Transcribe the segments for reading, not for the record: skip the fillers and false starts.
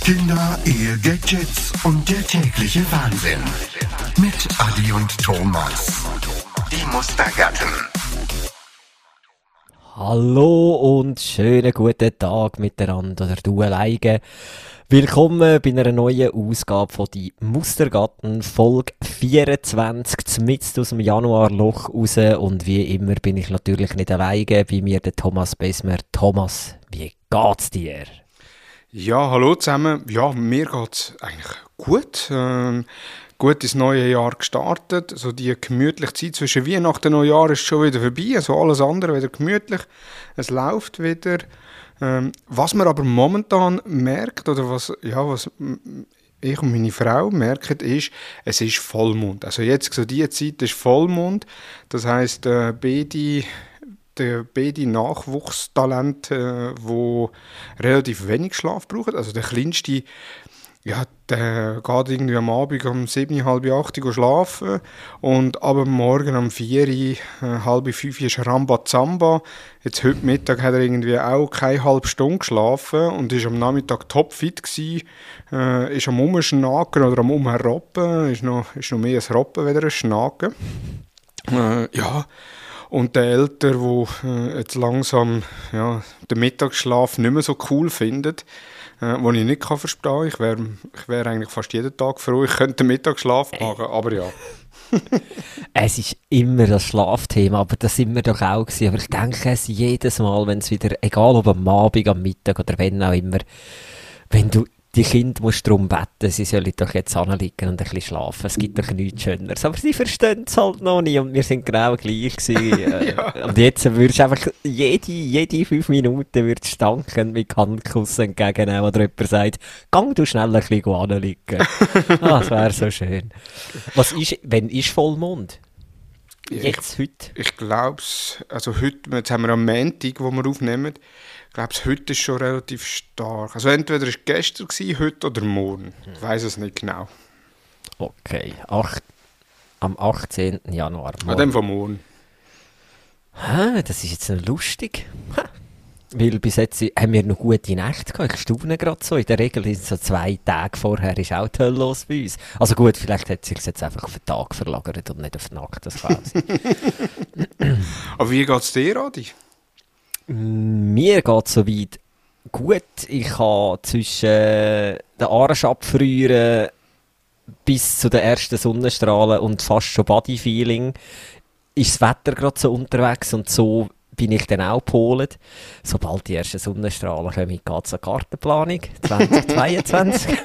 Kinder, Ehe, Gadgets und der tägliche Wahnsinn. Mit Adi und Thomas. Die Mustergatten. Hallo und schönen guten Tag miteinander oder du alleine. Willkommen bei einer neuen Ausgabe von «Die Mustergatten», Folge 24, mitten aus dem Januarloch raus. Und wie immer bin ich natürlich nicht alleine, bei mir der Thomas Besmer. Thomas, wie geht's dir? Ja, hallo zusammen. Ja, mir geht's eigentlich gut. Gut ins neue Jahr gestartet. So die gemütliche Zeit zwischen Weihnachten und Neujahr ist schon wieder vorbei. Also alles andere wieder gemütlich. Es läuft wieder. Was man aber momentan merkt, oder was ich und meine Frau merken, ist, es ist Vollmond. Also jetzt so die Zeit ist Vollmond. Das heisst, beide Nachwuchstalente, die relativ wenig Schlaf brauchen. Also der Kleinste, ja, der geht irgendwie am Abend um 7, halb 8 Uhr schlafen und ab Morgen um 4, halb 5 ist Rambazamba. Jetzt heute Mittag hat er irgendwie auch keine halbe Stunde geschlafen und ist am Nachmittag topfit gewesen, ist am Umschnaken oder am Umherroppen, ist noch mehr ein Roppen als ein Schnaken. Ja. Und der Ältere, der jetzt langsam den Mittagsschlaf nicht mehr so cool findet, was ich nicht verstehen kann. Ich wär eigentlich fast jeden Tag froh, ich könnte den Mittagsschlaf machen, aber ja. Es ist immer das Schlafthema, aber das sind wir doch auch gewesen. Aber ich denke es jedes Mal, wenn es wieder, egal ob am Abend, am Mittag oder wenn auch immer, wenn du die Kinder musst darum beten, sie sollen doch jetzt anliegen und ein bisschen schlafen. Es gibt doch nichts Schöneres. Aber sie verstehen es halt noch nicht und wir sind genau gleich gewesen. Ja. Und jetzt würdest du einfach jede 5 Minuten würdest danken mit Handkuss entgegennehmen oder jemand sagt, gang du schnell ein bisschen anliegen. Das wäre so schön. Wann ist Vollmond? Jetzt, heute? Ich glaube es, also heute, jetzt haben wir am Montag, wo wir aufnehmen, ich glaube, heute ist schon relativ stark. Also entweder war es gestern, heute oder morgen. Ich weiss es nicht genau. Okay, am 18. Januar. An dem von morgen. Das ist jetzt noch lustig. Weil bis jetzt haben wir noch gute Nächte gehabt. Ich staune gerade so. In der Regel ist so 2 Tage vorher ist auch die Hölle los bei uns. Also gut, vielleicht hat es sich jetzt einfach auf den Tag verlagert und nicht auf die Nacht. Das kann sein. Aber wie geht es dir, Adi? Mir geht es soweit gut. Ich habe zwischen den Arschabfrieren bis zu den ersten Sonnenstrahlen und fast schon Bodyfeeling ist das Wetter gerade so unterwegs und so bin ich dann auch gepolt. Sobald die ersten Sonnenstrahlen kommen, geht es an Gartenplanung 2022.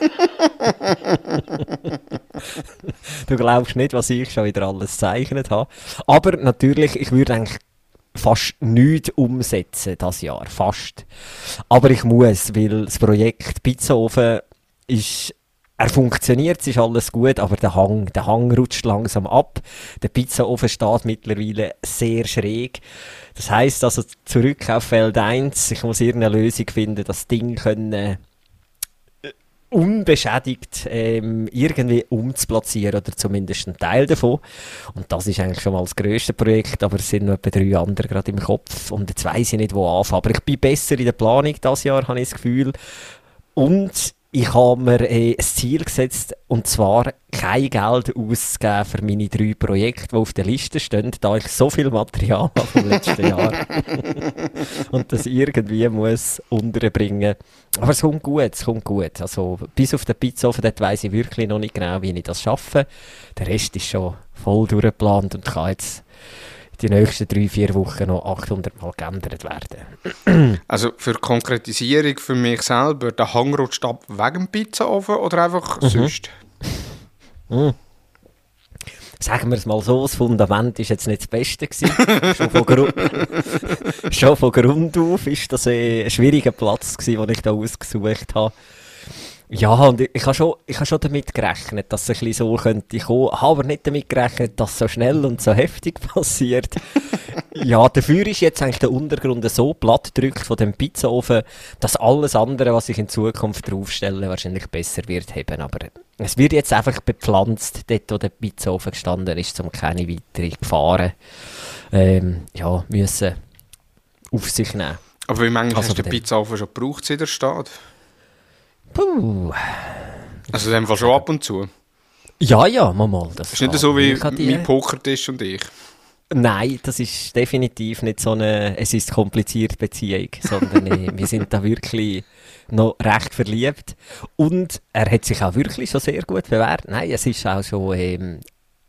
Du glaubst nicht, was ich schon wieder alles gezeichnet habe. Aber natürlich, ich würde eigentlich fast nichts umsetzen das Jahr. Fast. Aber ich muss, weil das Projekt Pizzaofen ist, er funktioniert, es ist alles gut, aber der Hang rutscht langsam ab. Der Pizzaofen steht mittlerweile sehr schräg. Das heisst also zurück auf Feld 1. Ich muss irgendeine Lösung finden, das Ding können unbeschädigt irgendwie umzuplatzieren oder zumindest einen Teil davon. Und das ist eigentlich schon mal das grösste Projekt, aber es sind noch etwa 3 andere gerade im Kopf und jetzt weiss ich nicht, wo anfangen. Aber ich bin besser in der Planung dieses Jahr, habe ich das Gefühl. Und ich habe mir ein Ziel gesetzt, und zwar kein Geld auszugeben für meine 3 Projekte, die auf der Liste stehen, da ich so viel Material habe vom letzten Jahr und das irgendwie muss unterbringen. Aber es kommt gut. Also bis auf den Pizzaofen, dort weiss ich wirklich noch nicht genau, wie ich das schaffe. Der Rest ist schon voll durchgeplant und kann jetzt die nächsten 3-4 Wochen noch 800 Mal geändert werden. Also für Konkretisierung für mich selber, der Hang rutscht ab wegen dem Pizzaofen oder einfach sonst? Sagen wir es mal so, das Fundament war jetzt nicht das Beste gewesen. Schon von Grund auf war das ein schwieriger Platz gewesen, den ich da ausgesucht habe. Ja, und ich habe schon damit gerechnet, dass es ein bisschen so könnte kommen. Ich habe aber nicht damit gerechnet, dass es so schnell und so heftig passiert. Ja, dafür ist jetzt eigentlich der Untergrund so platt gedrückt von dem Pizzaofen, dass alles andere, was ich in Zukunft draufstelle, wahrscheinlich besser wird haben. Aber es wird jetzt einfach bepflanzt, dort wo der Pizzaofen gestanden ist, um keine weiteren Gefahren müssen auf sich nehmen. Aber wie manchmal hast du den Pizzaofen schon gebraucht, seit er steht? Puh. Also in dem Fall schon ab und zu. Ja, mal. Das ist nicht so wie mein Pokertisch und ich. Nein, das ist definitiv nicht so eine «es ist kompliziert» Beziehung, sondern wir sind da wirklich noch recht verliebt. Und er hat sich auch wirklich schon sehr gut bewährt. Nein, es ist auch schon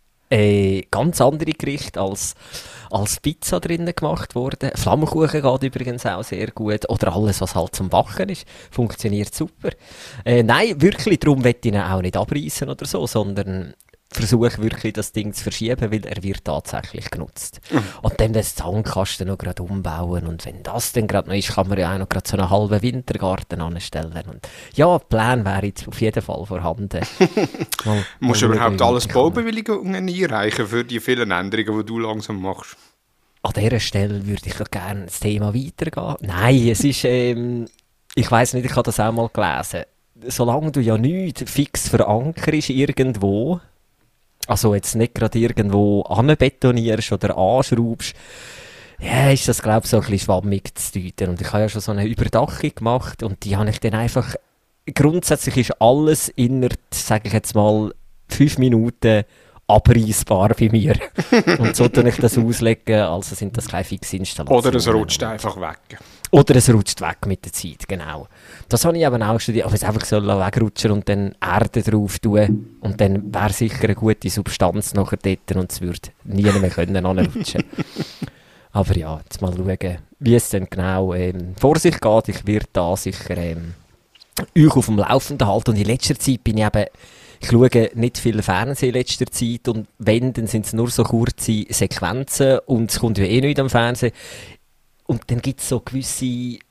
ganz andere Gerichte als Pizza drinnen gemacht worden. Flammkuchen geht übrigens auch sehr gut. Oder alles, was halt zum Backen ist, funktioniert super. Nein, wirklich, darum will ich ihn auch nicht abreißen oder so, sondern versuche wirklich, das Ding zu verschieben, weil er wird tatsächlich genutzt. Und dann den Sandkasten noch gerade umbauen. Und wenn das dann gerade noch ist, kann man ja auch noch gerade so einen halben Wintergarten anstellen. Und ja, der Plan wäre jetzt auf jeden Fall vorhanden. Musst du überhaupt alles Baubewilligungen einreichen für die vielen Änderungen, die du langsam machst? An dieser Stelle würde ich doch gerne das Thema weitergehen. Nein, es ist, ich weiss nicht, ich habe das auch mal gelesen. Solange du ja nichts fix verankerst irgendwo, also jetzt nicht gerade irgendwo anbetonierst oder anschraubst, ja, ist das, glaube ich, so ein bisschen schwammig zu deuten. Und ich habe ja schon so eine Überdachung gemacht und die habe ich dann einfach, grundsätzlich ist alles innerhalb, sage ich jetzt mal, 5 Minuten abreißbar bei mir. Und so tue ich das auslegen, also sind das keine fixe Installationen. Oder es rutscht einfach weg. Oder es rutscht weg mit der Zeit, genau. Das habe ich eben auch studiert, aber es einfach so wegrutschen und dann Erde drauf tun und dann wäre sicher eine gute Substanz nachher dort und es würde nie mehr können anrutschen. Aber ja, jetzt mal schauen, wie es dann genau vor sich geht. Ich werde da sicher euch auf dem Laufenden halten und in letzter Zeit bin ich eben, ich schaue nicht viel Fernsehen in letzter Zeit und wenn, dann sind es nur so kurze Sequenzen und es kommt ja eh nicht am Fernsehen. Und dann gibt es so gewisse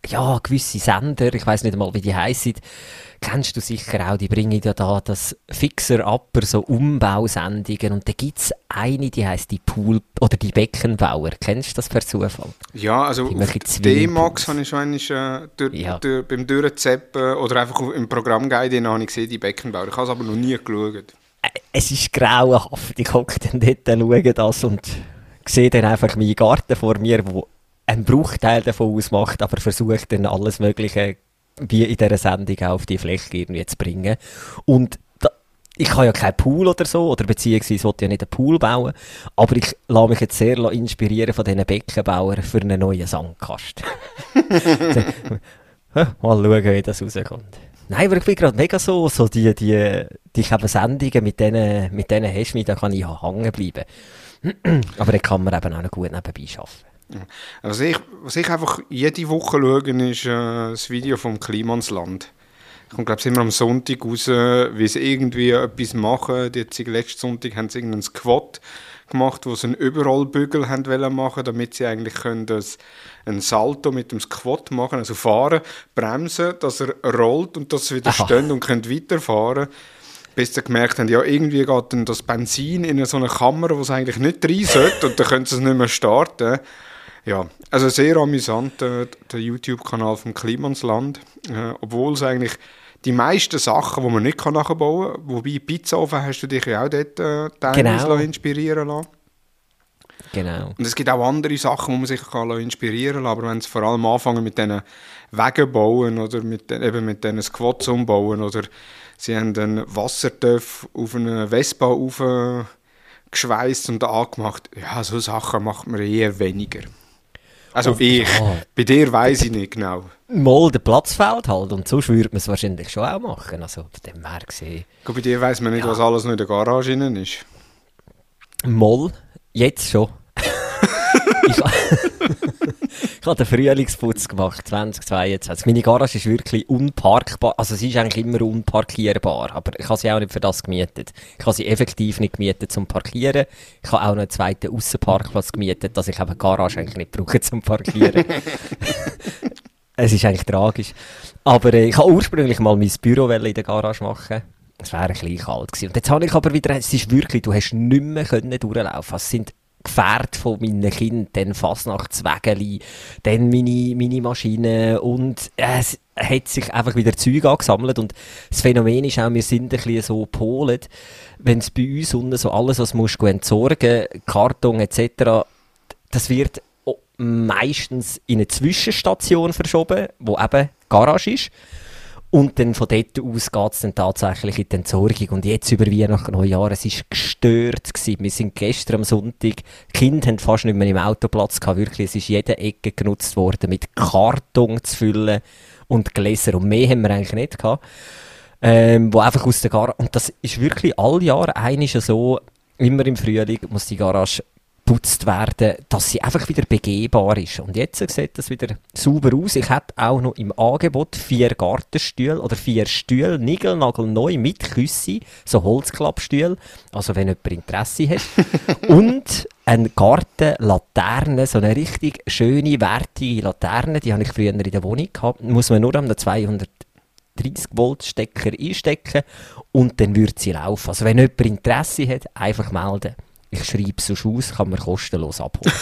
Sender, ich weiss nicht einmal, wie die heissen, kennst du sicher auch, die bringen ja da das Fixer-Upper, so Umbausendungen. Und da gibt es eine, die heisst die Pool- oder die Beckenbauer. Kennst du das per Zufall? Ja, also auf D-Max habe ich schon beim Durchzappen oder einfach im Programmguide habe ich gesehen, die Beckenbauer. Ich habe es aber noch nie geschaut. Es ist grauenhaft. Ich hocke dann dort, schaue das und sehe dann einfach meinen Garten vor mir, wo einen Bruchteil davon ausmacht, aber versucht dann alles Mögliche wie in dieser Sendung auch auf die Fläche irgendwie zu bringen. Und ich habe ja keinen Pool oder so, oder beziehungsweise wollte ja nicht einen Pool bauen, aber ich lasse mich jetzt sehr inspirieren von diesen Beckenbauern für einen neuen Sandkasten. Mal schauen, wie das rauskommt. Nein, aber ich bin gerade mega so die eben Sendungen mit denen hast du, da kann ich hängen bleiben. Aber da kann man eben auch noch gut nebenbei arbeiten. Also was ich einfach jede Woche schaue, ist das Video vom Klimansland. Ich komme, glaube ich, immer am Sonntag raus, wie sie irgendwie etwas machen. Letzten Sonntag haben sie irgendeinen Squat gemacht, wo sie einen Überrollbügel machen wollten, damit sie eigentlich einen Salto mit dem Squat machen, also fahren, bremsen, dass er rollt und dass sie wieder stehen und können weiterfahren. Bis sie gemerkt haben, ja, irgendwie geht dann das Benzin in so eine Kammer, wo es eigentlich nicht rein sollte und dann können sie es nicht mehr starten. Ja, also sehr amüsant, der YouTube-Kanal vom Klimansland. Obwohl es eigentlich die meisten Sachen, die man nicht nachbauen kann, wobei Pizzaofen hast du dich ja auch dort teilweise inspirieren lassen. Genau. Und es gibt auch andere Sachen, wo man sich inspirieren kann, aber wenn sie vor allem anfangen mit diesen Wegen bauen oder mit diesen Squats umbauen oder sie haben einen Wassertöpf auf eine Vespa aufgeschweißt und angemacht, ja, so Sachen macht man eher weniger. Also bei dir weiss ich nicht genau. Mal der Platz fehlt halt und sonst würde man es wahrscheinlich schon auch machen. Also von dem her gesehen. Bei dir weiss man nicht, was alles noch in der Garage drin ist. Mal, jetzt schon. Ich habe den Frühlingsputz gemacht, 2022. Meine Garage ist wirklich unparkbar. Also sie ist eigentlich immer unparkierbar, aber ich habe sie auch nicht für das gemietet. Ich habe sie effektiv nicht gemietet zum Parkieren. Ich habe auch noch einen zweiten Aussenparkplatz gemietet, dass ich eben die Garage eigentlich nicht brauche zum Parkieren. Es ist eigentlich tragisch. Aber ich habe ursprünglich mal mein Büro in der Garage machen. Es wäre ein bisschen kalt gewesen. Und jetzt habe ich aber wieder, es ist wirklich, du hast nicht mehr durchlaufen. Es sind Gefährte von meinen Kindern, dann Fasnachtswägeli, dann meine Maschine und es hat sich einfach wieder Zeug angesammelt und das Phänomen ist auch, wir sind ein bisschen so gepolt, wenn es bei uns unten so alles, was musst du entsorgen, Karton etc., das wird meistens in eine Zwischenstation verschoben, wo eben Garage ist. Und dann von dort aus geht es dann tatsächlich in die Entsorgung. Und jetzt über Weihnachten, Neujahr, es war gestört gewesen. Wir sind gestern am Sonntag, die Kinder haben fast nicht mehr im Auto Platz gehabt, wirklich. Es ist jede Ecke genutzt worden, mit Karton zu füllen und Gläser. Und mehr haben wir eigentlich nicht gehabt. Wo einfach aus der Garage, und das ist wirklich alle Jahre einiges so, immer im Frühling muss die Garage geputzt werden, dass sie einfach wieder begehbar ist. Und jetzt sieht das wieder sauber aus. Ich hätte auch noch im Angebot 4 Gartenstühle oder 4 Stühle, nigelnagelneu mit Küsse, so Holzklappstühle, also wenn jemand Interesse hat. Und eine Gartenlaterne, so eine richtig schöne, wertige Laterne, die habe ich früher in der Wohnung gehabt, muss man nur an den 230 Volt Stecker einstecken und dann würde sie laufen. Also wenn jemand Interesse hat, einfach melden. Ich schreibe es sonst aus, kann man kostenlos abholen.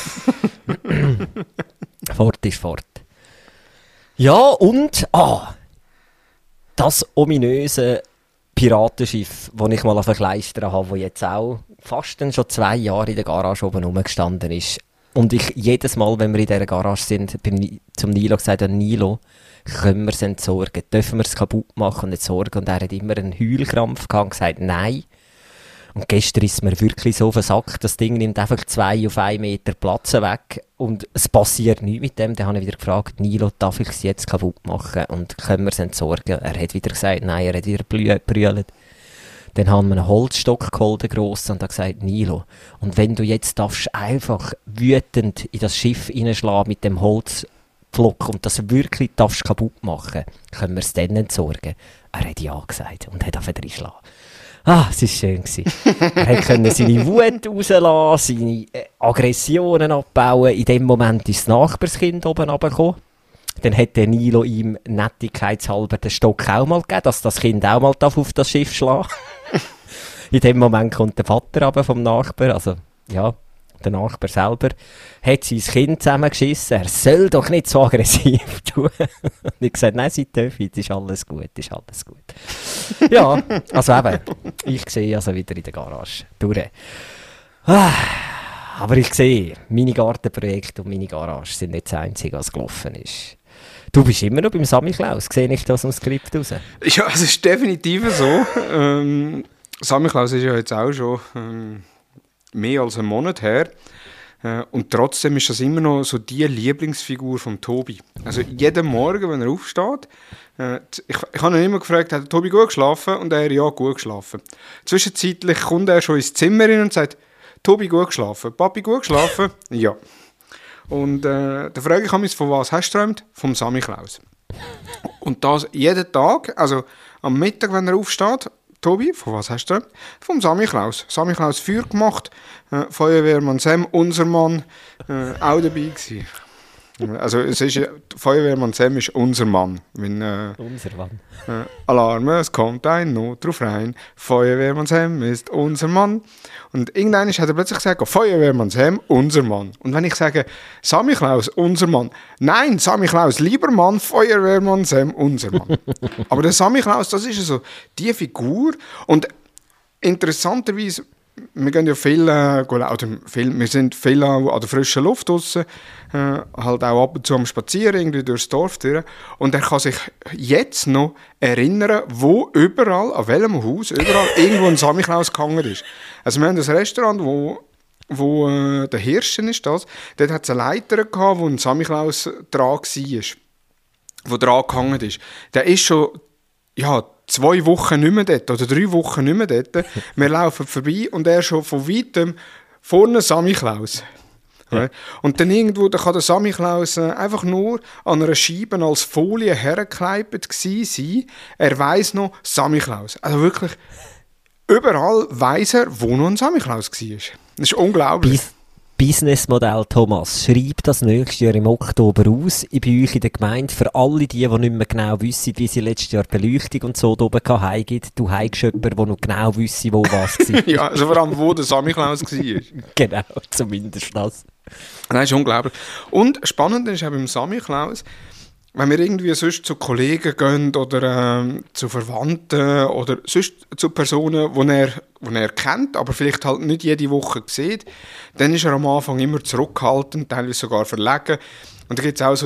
Fort ist fort. Ja, und das ominöse Piratenschiff, das ich mal auf Kleistern habe, das jetzt auch fast schon 2 Jahre in der Garage oben rumgestanden ist. Und ich jedes Mal, wenn wir in dieser Garage sind, zum Nilo gesagt habe, Nilo, können wir es entsorgen? Dürfen wir es kaputt machen und entsorgen? Und er hat immer einen Heulkrampf gehabt und gesagt, nein. Und gestern ist mir wirklich so versackt, das Ding nimmt einfach 2 auf 1 Meter Platz weg und es passiert nichts mit dem. Dann habe ich wieder gefragt, Nilo, darf ich es jetzt kaputt machen und können wir es entsorgen? Er hat wieder gesagt, nein, er hat wieder brüllt. Dann haben wir einen Holzstock geholt, einen grossen, und hat gesagt, Nilo, und wenn du jetzt darfst einfach wütend in das Schiff reinschlagen mit dem Holzpflock und das wirklich darfst kaputt machen, können wir es dann entsorgen? Er hat ja gesagt und hat einfach reinschlagen. Es war schön. Er konnte seine Wut rauslassen, seine Aggressionen abbauen. In dem Moment ist das Nachbarskind oben runtergekommen. Dann hat der Nilo ihm nettigkeitshalber den Stock auch mal gegeben, dass das Kind auch mal auf das Schiff schlagen darf. In dem Moment kommt der Vater runter vom Nachbar, also ja, der Nachbar selber, hat sein Kind zusammengeschissen. Er soll doch nicht so aggressiv tun. Und ich gesagt, nein, sie dürfen, es ist alles gut, ist alles gut. Ja, also eben, ich sehe also wieder in der Garage durch. Aber ich sehe, meine Gartenprojekte und meine Garage sind nicht das Einzige, was gelaufen ist. Du bist immer noch beim Sammy Klaus, sehe ich das aus dem Skript raus? Ja, es ist definitiv so. Sammy Klaus ist ja jetzt auch schon mehr als einen Monat her. Und trotzdem ist das immer noch so die Lieblingsfigur von Tobi. Also jeden Morgen, wenn er aufsteht, ich habe ihn immer gefragt, hat Tobi gut geschlafen? Und er, ja, gut geschlafen. Zwischenzeitlich kommt er schon ins Zimmer rein und sagt, Tobi, gut geschlafen? Papi, gut geschlafen? Ja. Und dann frage ich mich, von was hast du geträumt? Vom Sammy Klaus. Und das jeden Tag, also am Mittag, wenn er aufsteht, Tobi, von was hast du geträumt? Vom Sammy Klaus. Sammy Klaus Feuer gemacht, Feuerwehrmann Sam, unser Mann, auch dabei gewesen. Also es ist, Feuerwehrmann Sam ist unser Mann. Wenn, unser Mann. Alarme, es kommt ein Notruf rein. Feuerwehrmann Sam ist unser Mann. Und irgendwann hat er plötzlich gesagt, Feuerwehrmann Sam, unser Mann. Und wenn ich sage, Sammy Klaus, unser Mann. Nein, Sammy Klaus, lieber Mann, Feuerwehrmann Sam, unser Mann. Aber der Sammy Klaus, das ist so die Figur. Und interessanterweise, wir gehen ja viel, wir sind viel an der frischen Luft draussen, halt auch ab und zu am Spazieren, irgendwie durchs Dorf durch. Und er kann sich jetzt noch erinnern, wo überall, an welchem Haus, überall irgendwo ein Sammy Klaus gehangen ist. Also wir haben ein Restaurant, wo der Hirschen ist das, dort hat es eine Leiter gehabt, wo ein Sammy Klaus dran war, wo dran gehangen ist. Der ist schon, 2 Wochen nicht mehr dort, oder 3 Wochen nicht mehr dort. Wir laufen vorbei und er schon von weitem vorne Sammy Klaus. Ja. Und dann irgendwo, da kann der Sammy Klaus einfach nur an einer Scheibe als Folie hergekleibt sein. Er weiss noch, Sammy Klaus. Also wirklich, überall weiss er, wo noch ein Sammy Klaus war. Das ist unglaublich. Businessmodell, Thomas. Schreib das nächstes Jahr im Oktober aus. Ich bin euch in der Gemeinde. Für alle die nicht mehr genau wissen, wie sie letztes Jahr Beleuchtung und so oben haben, du hast jemanden, der noch genau wissen, wo was war. Ja, also vor allem, wo der Sammy Klaus war. Genau, zumindest das. Nein, ist unglaublich. Und spannend ist auch beim Sammy Klaus, wenn wir irgendwie sonst zu Kollegen gehen oder zu Verwandten oder sonst zu Personen, die er kennt, aber vielleicht halt nicht jede Woche sieht, dann ist er am Anfang immer zurückhaltend, teilweise sogar verlegen. Und da gibt es auch so die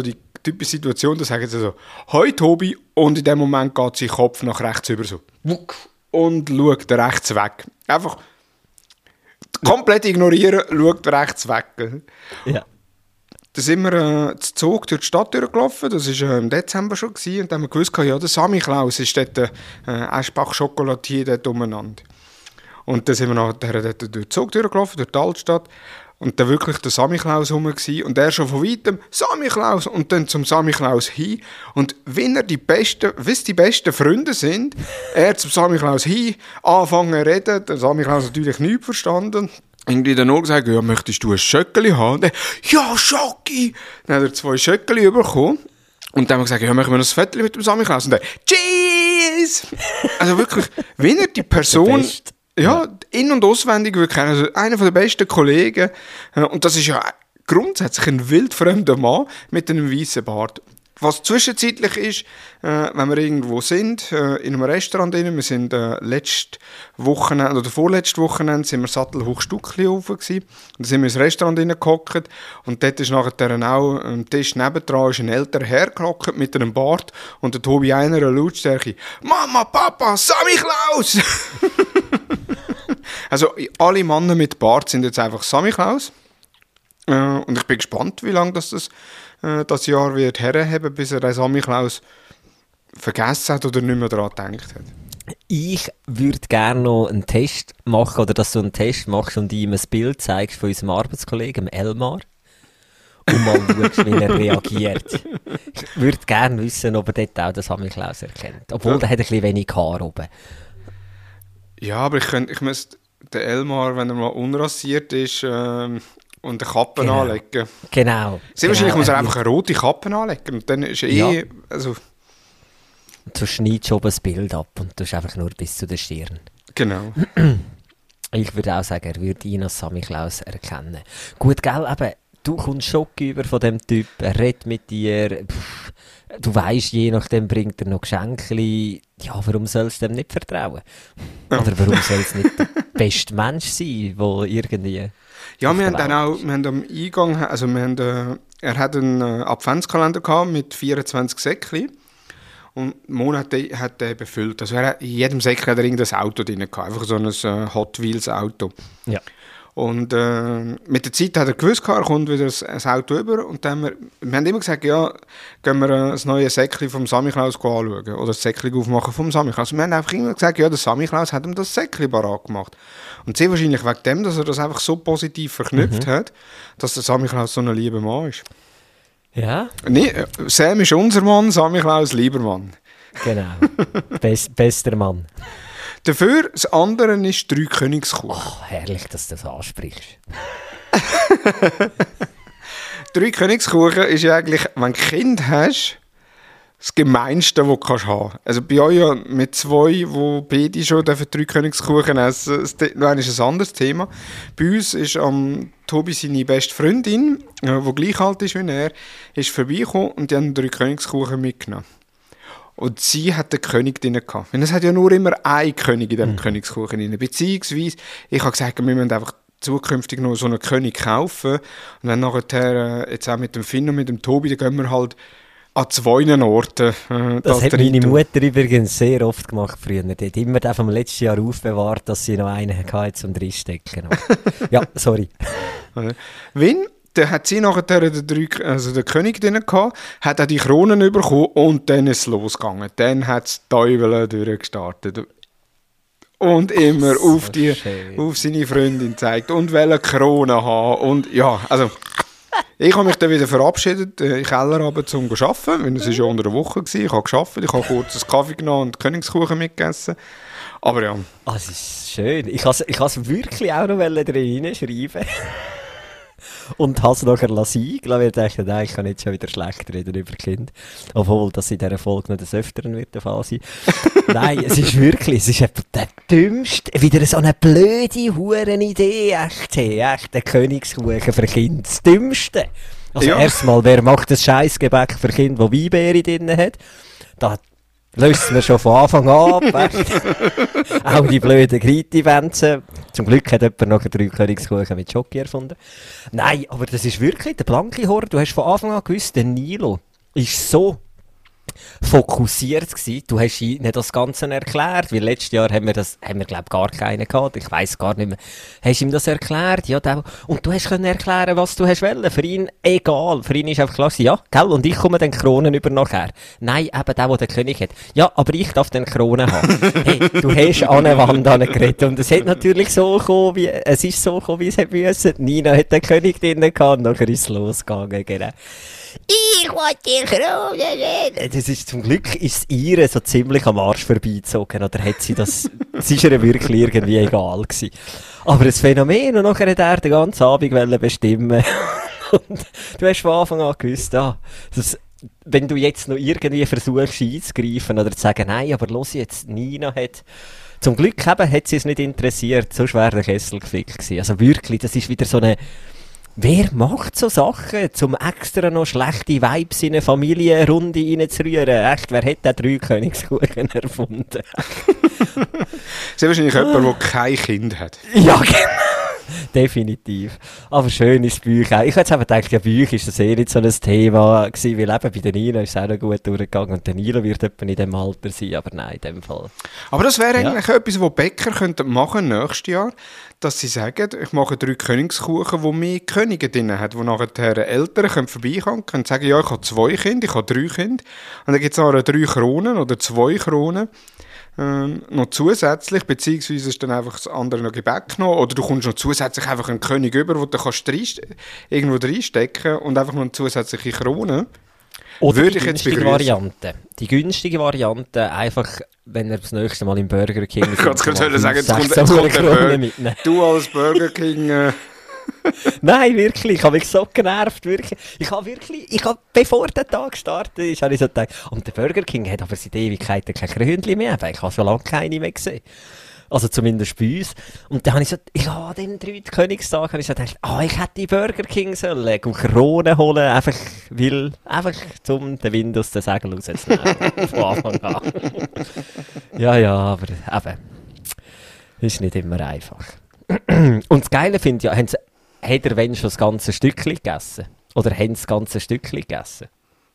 typische Situation, da sagen sie so, «Hoi Tobi», und in dem Moment geht sein Kopf nach rechts über so, und schaut rechts weg. Einfach komplett ignorieren, schaut rechts weg. Ja. Da sind wir zu Zug durch die Stadt durchgelaufen, das war im Dezember schon, und dann haben wir gewusst, ja, der Sammy Klaus ist dort, Eschbach Schokolatier dort umeinander. Und dann sind wir nachher dort durch den Zug durchgelaufen, durch die Altstadt, und dann wirklich der Sammy Klaus rum war, und er schon von weitem, Sammy Klaus, und dann zum Sammy Klaus hin, und wenn er die besten Freunde sind, er zum Sammy Klaus hin, anfangen zu reden, der Sammy Klaus natürlich nichts verstanden, irgendwie dann auch gesagt, ja, möchtest du ein Schöckeli haben? Und dann, ja, Schocki! Dann hat er 2 Schöckeli bekommen. Und dann haben wir gesagt, ja, machen wir ein Foto mit dem Sammy Klaus. Und dann, Cheese! Also wirklich, wenn er die Person, ja, in- und auswendig wirklich kennen, also einer der besten Kollegen. Und das ist ja grundsätzlich ein wildfremder Mann mit einem weißen Bart. Was zwischenzeitlich ist, wenn wir irgendwo sind, in einem Restaurant drin, wir sind letztes Wochenende, oder vorletztes Wochenende, sind wir Sattelhoch-Stuckli rauf gewesen, und da sind wir ins Restaurant reingehockt, und dort ist nachher auch am Tisch nebendran ist ein älterer Herr gehockt mit einem Bart, und der Tobi einer eine Lautstärke, «Mama, Papa, Sammy Klaus!» Also alle Männer mit Bart sind jetzt einfach Sammy Klaus, und ich bin gespannt, wie lange das Jahr wird herhaben, bis er den Sammy Klaus vergessen hat oder nicht mehr daran gedacht hat. Ich würde gerne noch einen Test machen, oder dass du einen Test machst und ihm ein Bild zeigst von unserem Arbeitskollegen, Elmar, und mal schaust, wie er reagiert. Ich würde gerne wissen, ob er dort auch den Sammy Klaus erkennt. Obwohl, der hat ein bisschen wenig Haar oben. Ja, aber ich müsste den Elmar, wenn er mal unrasiert ist, und eine Kappe anlegen. Genau. Sehr wahrscheinlich muss er einfach eine rote Kappe anlegen. Und dann ist Ja. Also, Und du schneidest oben das Bild ab und tust einfach nur bis zu der Stirn. genau. Ich würde auch sagen, er würde ihn als Sammy Klaus erkennen. Gut, gell, eben, du kommst Schock über von dem Typ, er redet mit dir, du weisst, je nachdem bringt er noch Geschenke. Ja, warum sollst du dem nicht vertrauen? Oder warum soll es nicht der beste Mensch sein, der irgendwie... Ja, wir haben am Eingang, also er hat einen Adventskalender gehabt mit 24 Säckchen. Und Monate hat er befüllt. Also in jedem Säckchen hat er irgendein Auto drin gehabt, einfach so ein Hot Wheels Auto. Ja. Und mit der Zeit hat er gewusst, er kommt wieder ein Auto über. Und dann wir haben immer gesagt, ja, gehen wir ein neues Säckchen vom Sammy Klaus anschauen. Oder das Säckchen aufmachen vom Sammy Klaus. Und wir haben einfach immer gesagt, ja, der Sammy Klaus hat ihm das Säckchen parat gemacht. Und sehr wahrscheinlich wegen dem, dass er das einfach so positiv verknüpft hat, dass der Sammy Klaus so ein lieber Mann ist. Ja? Nee, Sam ist unser Mann, Sammy Klaus lieber Mann. Genau. Bester Mann. Dafür, das andere ist 3 Königskuchen. Oh, herrlich, dass du das ansprichst. 3 Königskuchen ist ja eigentlich, wenn du Kind hast, das Gemeinste, was du haben kannst. Also bei euch ja mit 2, die beide schon 3 Königskuchen essen, das ist ein anderes Thema. Bei uns ist Tobi seine beste Freundin, die gleich alt ist wie er, ist vorbeigekommen und die haben 3 Königskuchen mitgenommen. Und sie hat den König drin gehabt. Und es hat ja nur immer einen König in diesem Königskuchen drin. Beziehungsweise, ich habe gesagt, wir müssen einfach zukünftig noch so einen König kaufen. Und dann nachher, jetzt auch mit dem Finn und mit dem Tobi, dann gehen wir halt an 2 Orten. Das hat meine Mutter übrigens sehr oft gemacht früher. Die hat immer den vom letzten Jahr aufbewahrt, dass sie noch einen hatte zum Drinstecken. Ja, sorry. Dann hat sie nachher den König drin gehabt, hat auch die Kronen bekommen und dann ist es losgegangen. Dann hat es Teufel durchgestartet. Und immer so auf seine Freundin gezeigt und welche Krone haben. Und ja, also ich habe mich dann wieder verabschiedet, in den Keller runter, um zu arbeiten, weil es war ja unter der Woche gewesen. Ich habe gearbeitet, ich habe kurz einen Kaffee genommen und Königskuchen mitgegessen. Aber ja. Ah, das ist schön. Ich habe es wirklich auch noch drin schreiben. Und habe es nachher sein lassen, weil ich dachte, nein, ich kann jetzt schon wieder schlecht reden über Kind. Obwohl das in dieser Folge noch des Öfteren wird der Fall sein. Nein, es ist etwa der dümmste, wieder so eine blöde Hurenidee, echt der Königskuchen für Kinder. Das Dümmste. Also ja. Erstmal, wer macht das Scheissgebäck für Kinder, das Weinbeere drin hat? Da löst es mir schon von Anfang an ab. Auch die blöden Griti-Wänze. Zum Glück hat jemand noch 3 Königskuchen mit Schoki erfunden. Nein, aber das ist wirklich der blanke Horror. Du hast von Anfang an gewusst, der Nilo, ist so fokussiert gewesen. Du hast ihnen das Ganze erklärt, weil letztes Jahr haben wir glaube gar keinen gehabt, ich weiss gar nicht mehr. Hast du ihm das erklärt? Ja, und du hast können erklären, was du hast wollen. Für ihn egal. Für ihn ist einfach klar, ja, gell, und ich komme den Kronen über nachher. Nein, eben der den König hat. Ja, aber ich darf den Kronen haben. Hey, du hast an eine Wand geredet und es hat natürlich so gekommen, wie es hätte müssen. Nina hat den König drinnen gehabt und nachher ist es losgegangen, genau. Ich will die Krone. Das ist, zum Glück ist es ihr so ziemlich am Arsch vorbeigezogen, oder hat sie das, es ist ihr wirklich irgendwie egal gewesen. Aber das Phänomen, und nachher hat er den ganzen Abend bestimmen. Und du hast von Anfang an gewusst, wenn du jetzt noch irgendwie versuchst einzugreifen oder zu sagen, nein, aber los jetzt, Nina hat, zum Glück eben, hat sie es nicht interessiert, so schwer der Kessel gefickt gewesen. Also wirklich, das ist wieder so eine, wer macht so Sachen, um extra noch schlechte Vibes in eine Familienrunde reinzurühren? Echt, wer hat den 3 Königskuchen erfunden? Sehr wahrscheinlich jemand, der kein Kind hat. Ja, genau. Definitiv. Aber schön ist Büch auch. Ich hätte jetzt eben gedacht, ja, Büch ist das nicht so ein Thema gewesen, weil eben bei der Nina ist es auch noch gut durchgegangen und der Nilo wird etwa in dem Alter sein, aber nein, in dem Fall. Aber das wäre eigentlich etwas, was Bäcker könnten machen nächstes Jahr, dass sie sagen, ich mache 3 Königskuchen, wo mehr Könige drin hat, wo nachher Eltern können vorbeikommen, können sagen, ja, ich habe 2 Kinder, ich habe 3 Kinder und dann gibt es nachher 3 Kronen oder 2 Kronen. Noch zusätzlich, beziehungsweise ist dann einfach das andere noch Gebäck noch, oder du kommst noch zusätzlich einfach einen König über, wo du kannst irgendwo reinstecken und einfach noch eine zusätzliche Krone. Oder würde die günstige Variante. Die günstige Variante, einfach, wenn er das nächste Mal im Burger King ist. Ich kann sagen, jetzt kommt der Burger. Du als Burger King... Nein, wirklich, ich habe mich so genervt, wirklich. Bevor der Tag gestartet ist, habe ich so gedacht, und der Burger King hat aber seit Ewigkeiten kein Krönchen mehr, ich habe schon lange keine mehr gesehen. Also zumindest bei uns. Und dann habe ich so, an den 3. Königstag habe ich so gedacht, ich hätte die Burger King sollen, Kronen holen, einfach zum den Wind aus den Segeln rauszunehmen. Von Anfang an. Ja, aber eben, ist nicht immer einfach. Und das Geile finde ich, hat er wenn schon das ganze Stückchen gegessen? Oder haben sie das ganze Stückchen gegessen?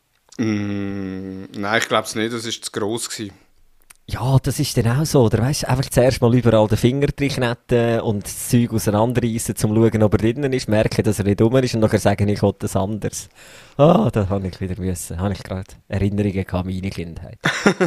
Nein, ich glaube es nicht, das war zu gross gewesen. Ja, das ist dann auch so, oder weißt du, einfach zuerst mal überall den Finger reinkneten und das Zeug auseinanderreissen, um zu schauen, ob er drinnen ist, merken, dass er nicht dumm ist und nachher sagen, ich will das anders. Da habe ich wieder müssen. Habe ich gerade Erinnerungen an meine Kindheit.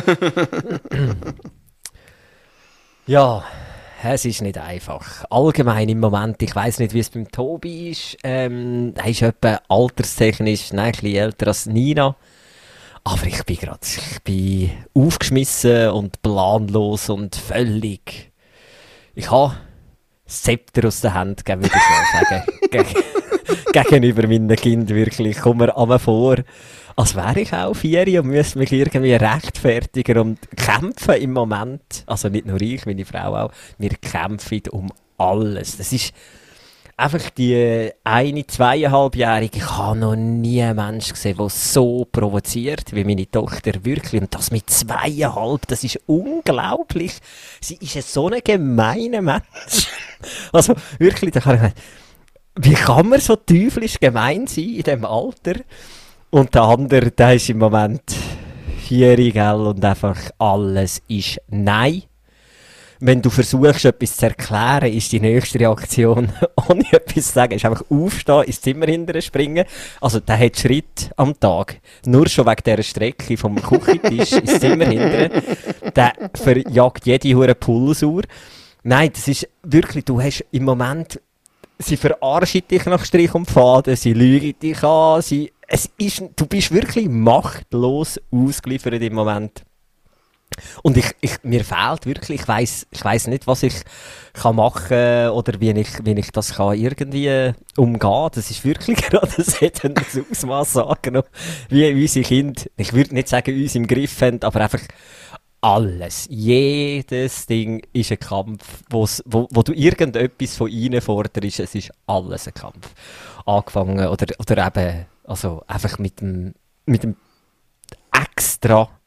Ja, es ist nicht einfach. Allgemein im Moment, ich weiss nicht, wie es beim Tobi ist. Er ist etwa alterstechnisch ein bisschen älter als Nina. Aber ich bin aufgeschmissen und planlos und völlig... Ich habe das Zepter aus der Hand gegeben, würde ich mal sagen. Gegenüber meinen Kindern wirklich. Ich komme mir vor, als wäre ich auch 4 und müsste mich irgendwie rechtfertigen und kämpfen im Moment. Also nicht nur ich, meine Frau auch. Wir kämpfen um alles. Das ist einfach die 2,5-Jährige. Ich habe noch nie einen Menschen gesehen, der so provoziert wie meine Tochter. Wirklich. Und das mit 2,5. Das ist unglaublich. Sie ist so ein gemeiner Mensch. Also wirklich, da kann ich... Wie kann man so teuflisch gemein sein in diesem Alter? Und der andere, der ist im Moment 4, gell, und einfach alles ist Nein. Wenn du versuchst, etwas zu erklären, ist die nächste Reaktion, ohne etwas zu sagen, ist einfach aufstehen, ins Zimmer hinterher springen. Also, der hat Schritt am Tag. Nur schon wegen dieser Strecke vom Küchentisch ins Zimmer hinterher. Der verjagt jede hure Pulsuhr. Nein, das ist wirklich, du hast im Moment, sie verarschen dich nach Strich und Faden, sie lügen dich an, du bist wirklich machtlos ausgeliefert im Moment. Und mir fehlt wirklich, ich weiss nicht, was ich kann machen oder wie ich das kann irgendwie umgehen. Das ist wirklich gerade, das hat ein Ausmaß angenommen, wie unsere Kinder, ich würde nicht sagen, uns im Griff haben, aber einfach alles. Jedes Ding ist ein Kampf, wo du irgendetwas von ihnen forderst, es ist alles ein Kampf. Angefangen, oder eben, also einfach mit dem extra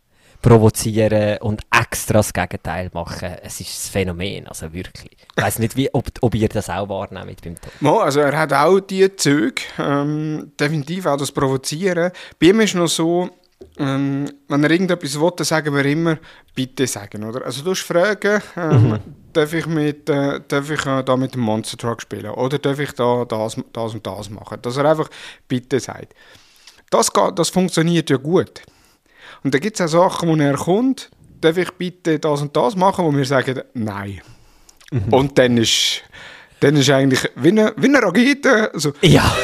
provozieren und extra das Gegenteil machen. Es ist ein Phänomen, also wirklich. Ich weiss nicht, ob ihr das auch wahrnehmt beim Tom. Also er hat auch diese Züge, definitiv auch das Provozieren. Bei ihm ist noch so, wenn er irgendetwas will, dann sagen wir immer, bitte sagen, oder? Also du musst fragen, darf ich da mit dem Monster Truck spielen? Oder darf ich da das und das machen? Dass er einfach bitte sagt. Das funktioniert ja gut. Und dann gibt es auch Sachen, wo er kommt, darf ich bitte das und das machen, wo wir sagen, nein. Und dann ist eigentlich, wie eine Rakete, so. Ja.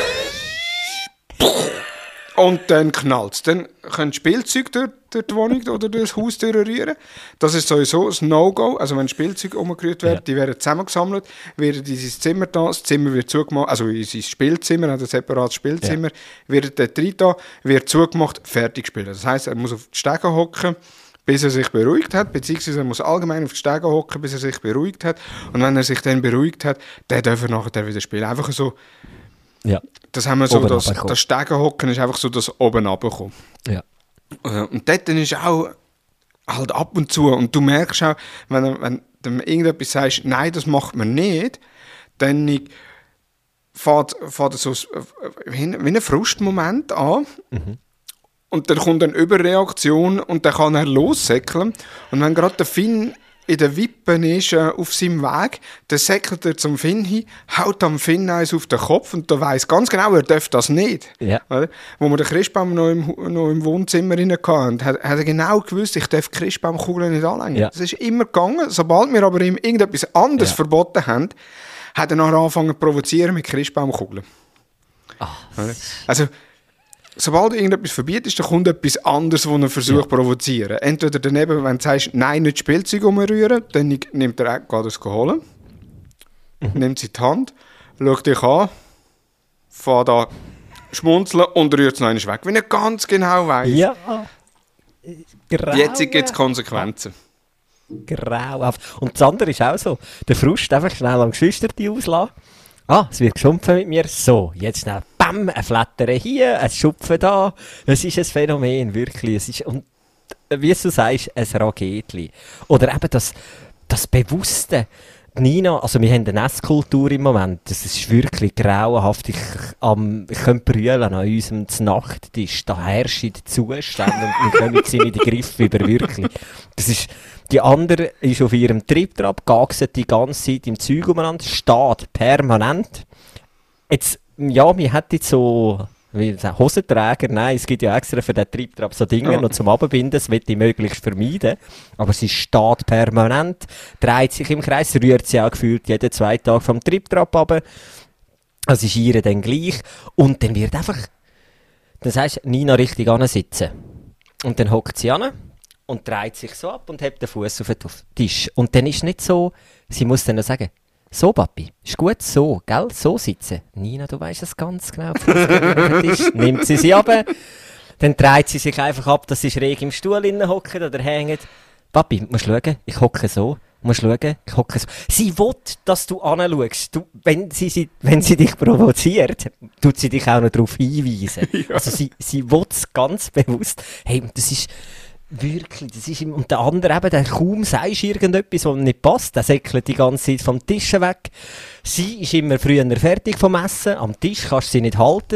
Und dann knallt es. Dann können Spielzeuge durch die Wohnung oder durch das Haus rühren. Das ist sowieso ein No-Go. Also wenn Spielzeuge umgerührt werden, die werden zusammengesammelt, werden in sein Zimmer da, das Zimmer wird zugemacht, also in sein Spielzimmer, hat ein separates Spielzimmer, wird dort rein da, wird zugemacht, fertig spielen. Das heisst, er muss auf die Stege hocken, bis er sich beruhigt hat, beziehungsweise er muss allgemein auf die Stege hocken, bis er sich beruhigt hat. Und wenn er sich dann beruhigt hat, dann darf er nachher wieder spielen. Einfach so. Ja. Das haben wir so, das Stegenhocken ist einfach so das oben runterkommen. Ja. Und dort ist auch halt ab und zu, und du merkst auch, wenn du irgendetwas sagst, nein, das macht man nicht, dann fährt so wie ein Frustmoment an. Und dann kommt eine Überreaktion und dann kann er lossäckeln. Und wenn gerade der Finn in der Wippen ist auf seinem Weg, dann säckelt er zum Finn hin, haut am Finn eins auf den Kopf und der weiss ganz genau, er darf das nicht. Ja. Wo wir den Christbaum noch im Wohnzimmer rein hatten, hat er genau gewusst, ich darf die Christbaumkugeln nicht anlegen. Ja. Das ist immer gegangen. Sobald wir aber ihm irgendetwas anderes verboten haben, hat er nachher angefangen zu provozieren mit Christbaumkugeln. Also, sobald du irgendetwas verbietest, dann kommt etwas anderes, das er versucht zu provozieren. Entweder daneben, wenn du sagst, nein, nicht Spielzeug umrühren, dann nimmt er geht es holen, nimmt sie in die Hand, schaut dich an, fährt da schmunzeln und rührt es noch einmal weg. Wenn er ganz genau weiss. Ja. Jetzt gibt es Konsequenzen. Grauhaft. Und das andere ist auch so. Der Frust einfach schnell am Geschwister auslassen. Es wird geschumpfen mit mir. So, jetzt schnell, bam, ein Flattern hier, ein Schupfen da. Es ist ein Phänomen, wirklich. Es ist, und wie du sagst, ein Raketli. Oder eben das Bewusste. Nina, also wir haben eine Esskultur im Moment. Das ist wirklich grauenhaft. Ich könnte brüllen an unserem Nachttisch. Da herrschen die Zustände und wir können sie nicht in den Griff über, wirklich. Das ist... Die andere ist auf ihrem Triptrap, gackset die ganze Zeit im Zeug umeinander, steht permanent. Jetzt, ja, wir hätten jetzt so, wie Hosenträger, nein, es gibt ja extra für den Triptrap so Dinge noch zum Abbinden, das möchte ich möglichst vermeiden. Aber sie steht permanent, dreht sich im Kreis, rührt sie auch gefühlt jeden 2 Tage vom Triptrap runter. Das ist ihr dann gleich. Und dann wird einfach, dann sagst du, Nina richtig ansitzen. Und dann hockt sie an. Und dreht sich so ab und hebt den Fuß auf den Tisch. Und dann ist nicht so, sie muss dann noch sagen, so Papi, ist gut so, gell, so sitzen. Nina, du weisst das ganz genau, Fuß auf den Tisch. Nimmt sie ab, dann dreht sie sich einfach ab, dass sie schräg im Stuhl hockt oder hängt. Papi, musst schauen, ich hocke so. Musst schauen, ich hocke so. Sie will, dass du anschaust. Wenn sie dich provoziert, tut sie dich auch noch darauf hinweisen. Ja. Also sie will es ganz bewusst. Hey, das ist... Wirklich, das ist und der andere eben, der kaum sagst irgendetwas, was nicht passt, der säckelt die ganze Zeit vom Tisch weg. Sie ist immer früher fertig vom Essen, am Tisch kannst du sie nicht halten,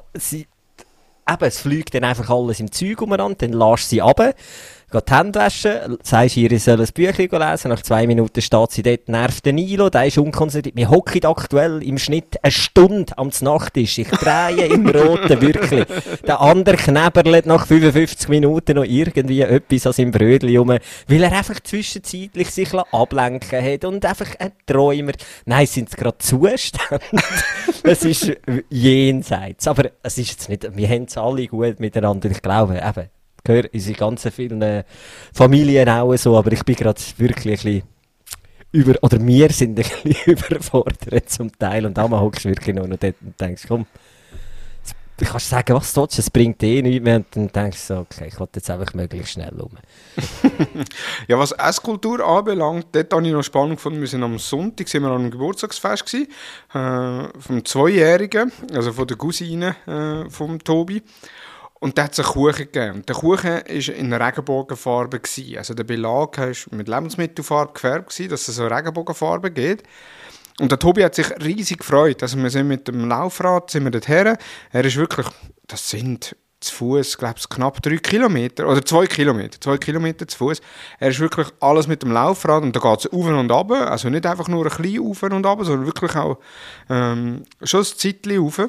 es fliegt dann einfach alles im Zeug umeinander, dann lässt sie runter, geht die Hände waschen, sagst ihr, sie soll ein Büchlein lesen, nach 2 Minuten steht sie dort, nervt den Nilo, der ist unkonzentriert. Wir hocken aktuell im Schnitt 1 Stunde am Nachttisch, ich drehe im Roten, wirklich. Der andere knäberlet nach 55 Minuten noch irgendwie etwas an seinem Brötchen rum, weil er einfach zwischenzeitlich sich ablenken hat und einfach ein Träumer. Nein, es sind gerade Zustände. Es ist jenseits, aber es ist jetzt nicht, wir haben es alle gut miteinander, ich glaube, eben. Ich höre in ganzen vielen Familien auch so, aber ich bin gerade wirklich ein bisschen oder wir sind ein bisschen überfordert zum Teil und einmal hockst du wirklich noch dort und denkst, komm, du kannst sagen, was du willst, es bringt nichts mehr und dann denkst du so, okay, ich will jetzt einfach möglichst schnell rum. Ja, was Esskultur anbelangt, dort habe ich noch spannend gefunden, wir sind am Sonntag sind wir an einem Geburtstagsfest gewesen, vom 2-Jährigen, also von der Cousine vom Tobi. Und da hat es einen Kuchen gegeben. Und der Kuchen war in Regenbogenfarbe gewesen. Also der Belag war mit Lebensmittelfarbe gefärbt gewesen, dass es so Regenbogenfarbe gibt. Und der Tobi hat sich riesig gefreut. Also wir sind mit dem Laufrad dorthin. Er ist wirklich, das sind zu Fuß, glaube ich, knapp 3 Kilometer oder 2 Kilometer. 2 Kilometer zu Fuß. Er ist wirklich alles mit dem Laufrad und da geht es auf und ab. Also nicht einfach nur ein bisschen auf und ab, sondern wirklich auch schon ein Zeitchen rauf.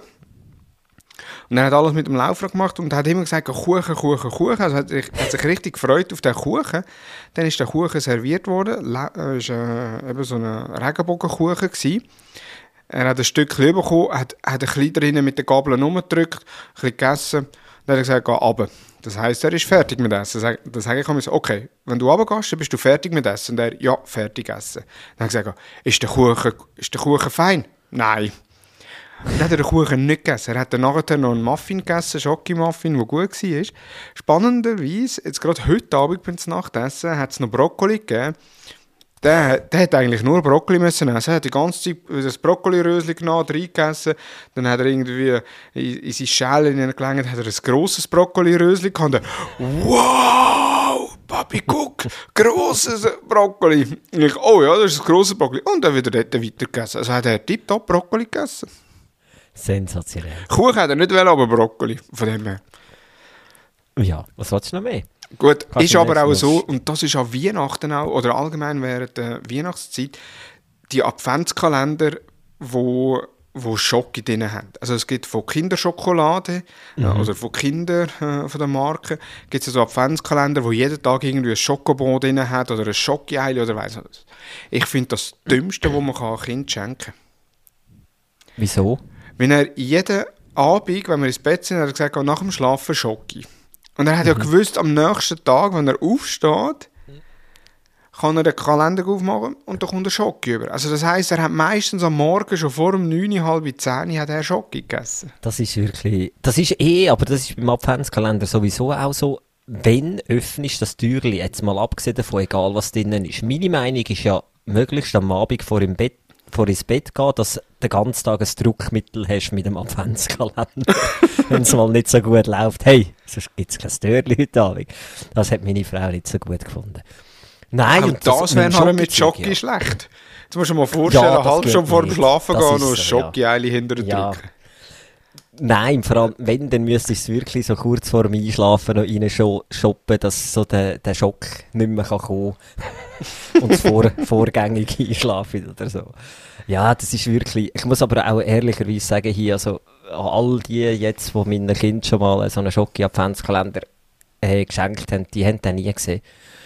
Und er hat alles mit dem Laufrad gemacht und hat immer gesagt, Kuchen, Kuchen, Kuchen. Also hat sich richtig gefreut auf den Kuchen. Dann ist der Kuchen serviert worden. Es war eben so ein Regenbogenkuchen gewesen. Er hat ein Stückchen bekommen, hat ein bisschen drinnen mit den Gabeln rumgedrückt, ein bisschen gegessen. Dann hat er gesagt, geh runter. Das heisst, er ist fertig mit Essen. Dann sage ich mir, okay, wenn du runtergehst, dann bist du fertig mit Essen. Und er, ja, fertig essen. Dann habe ich gesagt, ist der Kuchen fein? Nein. Dann hat er den Kuchen nicht gegessen. Er hat dann nachher noch einen Muffin gegessen, Schoki-Muffin, der gut war. Spannenderweise, jetzt gerade heute Abend beim Nachtessen, hat es noch Brokkoli gegeben. Der hat eigentlich nur Brokkoli müssen essen. Er hat die ganze Zeit das Brokkoli-Rösli genommen, reingegessen. Dann hat er irgendwie in seine Schale hineingelegt, hat er ein grosses Brokkoli-Rösli gehabt. Und dann, wow, Papi, guck, grosses Brokkoli. Und ich, oh ja, das ist ein grosses Brokkoli. Und dann wieder dort weitergegessen. Also hat er tiptop Brokkoli gegessen. Sensationell. Kuchen hat er nicht wollen, aber Brokkoli. Von dem her. Ja, was willst du noch mehr? Gut, Kannst ist du aber auch nicht so, und das ist an Weihnachten auch, oder allgemein während der Weihnachtszeit, die Adventskalender, wo Schoki drin haben. Also es gibt von Kinderschokolade, oder von Kindern von der Marke, gibt es so Adventskalender, wo jeden Tag irgendwie ein Schokobon drin hat, oder ein Schoki-Eili, oder weiss was. Ich finde das Dümmste, was man einem Kind schenken kann. Wieso? Wenn er jeden Abend, wenn wir ins Bett sind, hat er gesagt, nach dem Schlafen Schoki. Und er hat ja gewusst, am nächsten Tag, wenn er aufsteht, kann er den Kalender aufmachen und dann kommt er Schoki über. Also das heisst, er hat meistens am Morgen, schon vor um 9, halb 10, hat er Schoki gegessen. Das ist wirklich, aber das ist beim Adventskalender sowieso auch so, wenn öffnest das Türchen, jetzt mal abgesehen davon, egal was drinnen ist. Meine Meinung ist ja, möglichst am Abend vor ins Bett gehen, dass du den ganzen Tag ein Druckmittel hast mit dem Adventskalender. Wenn es mal nicht so gut läuft. Hey, sonst gibt es kein Türchen heute Abend. Das hat meine Frau nicht so gut gefunden. Nein, und das wäre nachher mit Schoki schlecht. Jetzt musst du dir mal vorstellen, Ja, eine halbe Stunde vor dem Schlafen Das gehen ist und ein so, Schoki-Eili hinterher Ja. drücken. Nein, vor allem, wenn, dann müsstest du es wirklich so kurz vor dem Einschlafen noch rein shoppen, dass so der Schock nicht mehr kommen kann. Und das vorgängig einschlafen oder so. Ja, das ist wirklich, ich muss aber auch ehrlicherweise sagen, hier, also, all die jetzt, die meinen Kind schon mal so einen Schoki-Adventskalender geschenkt haben, die haben den nie gesehen.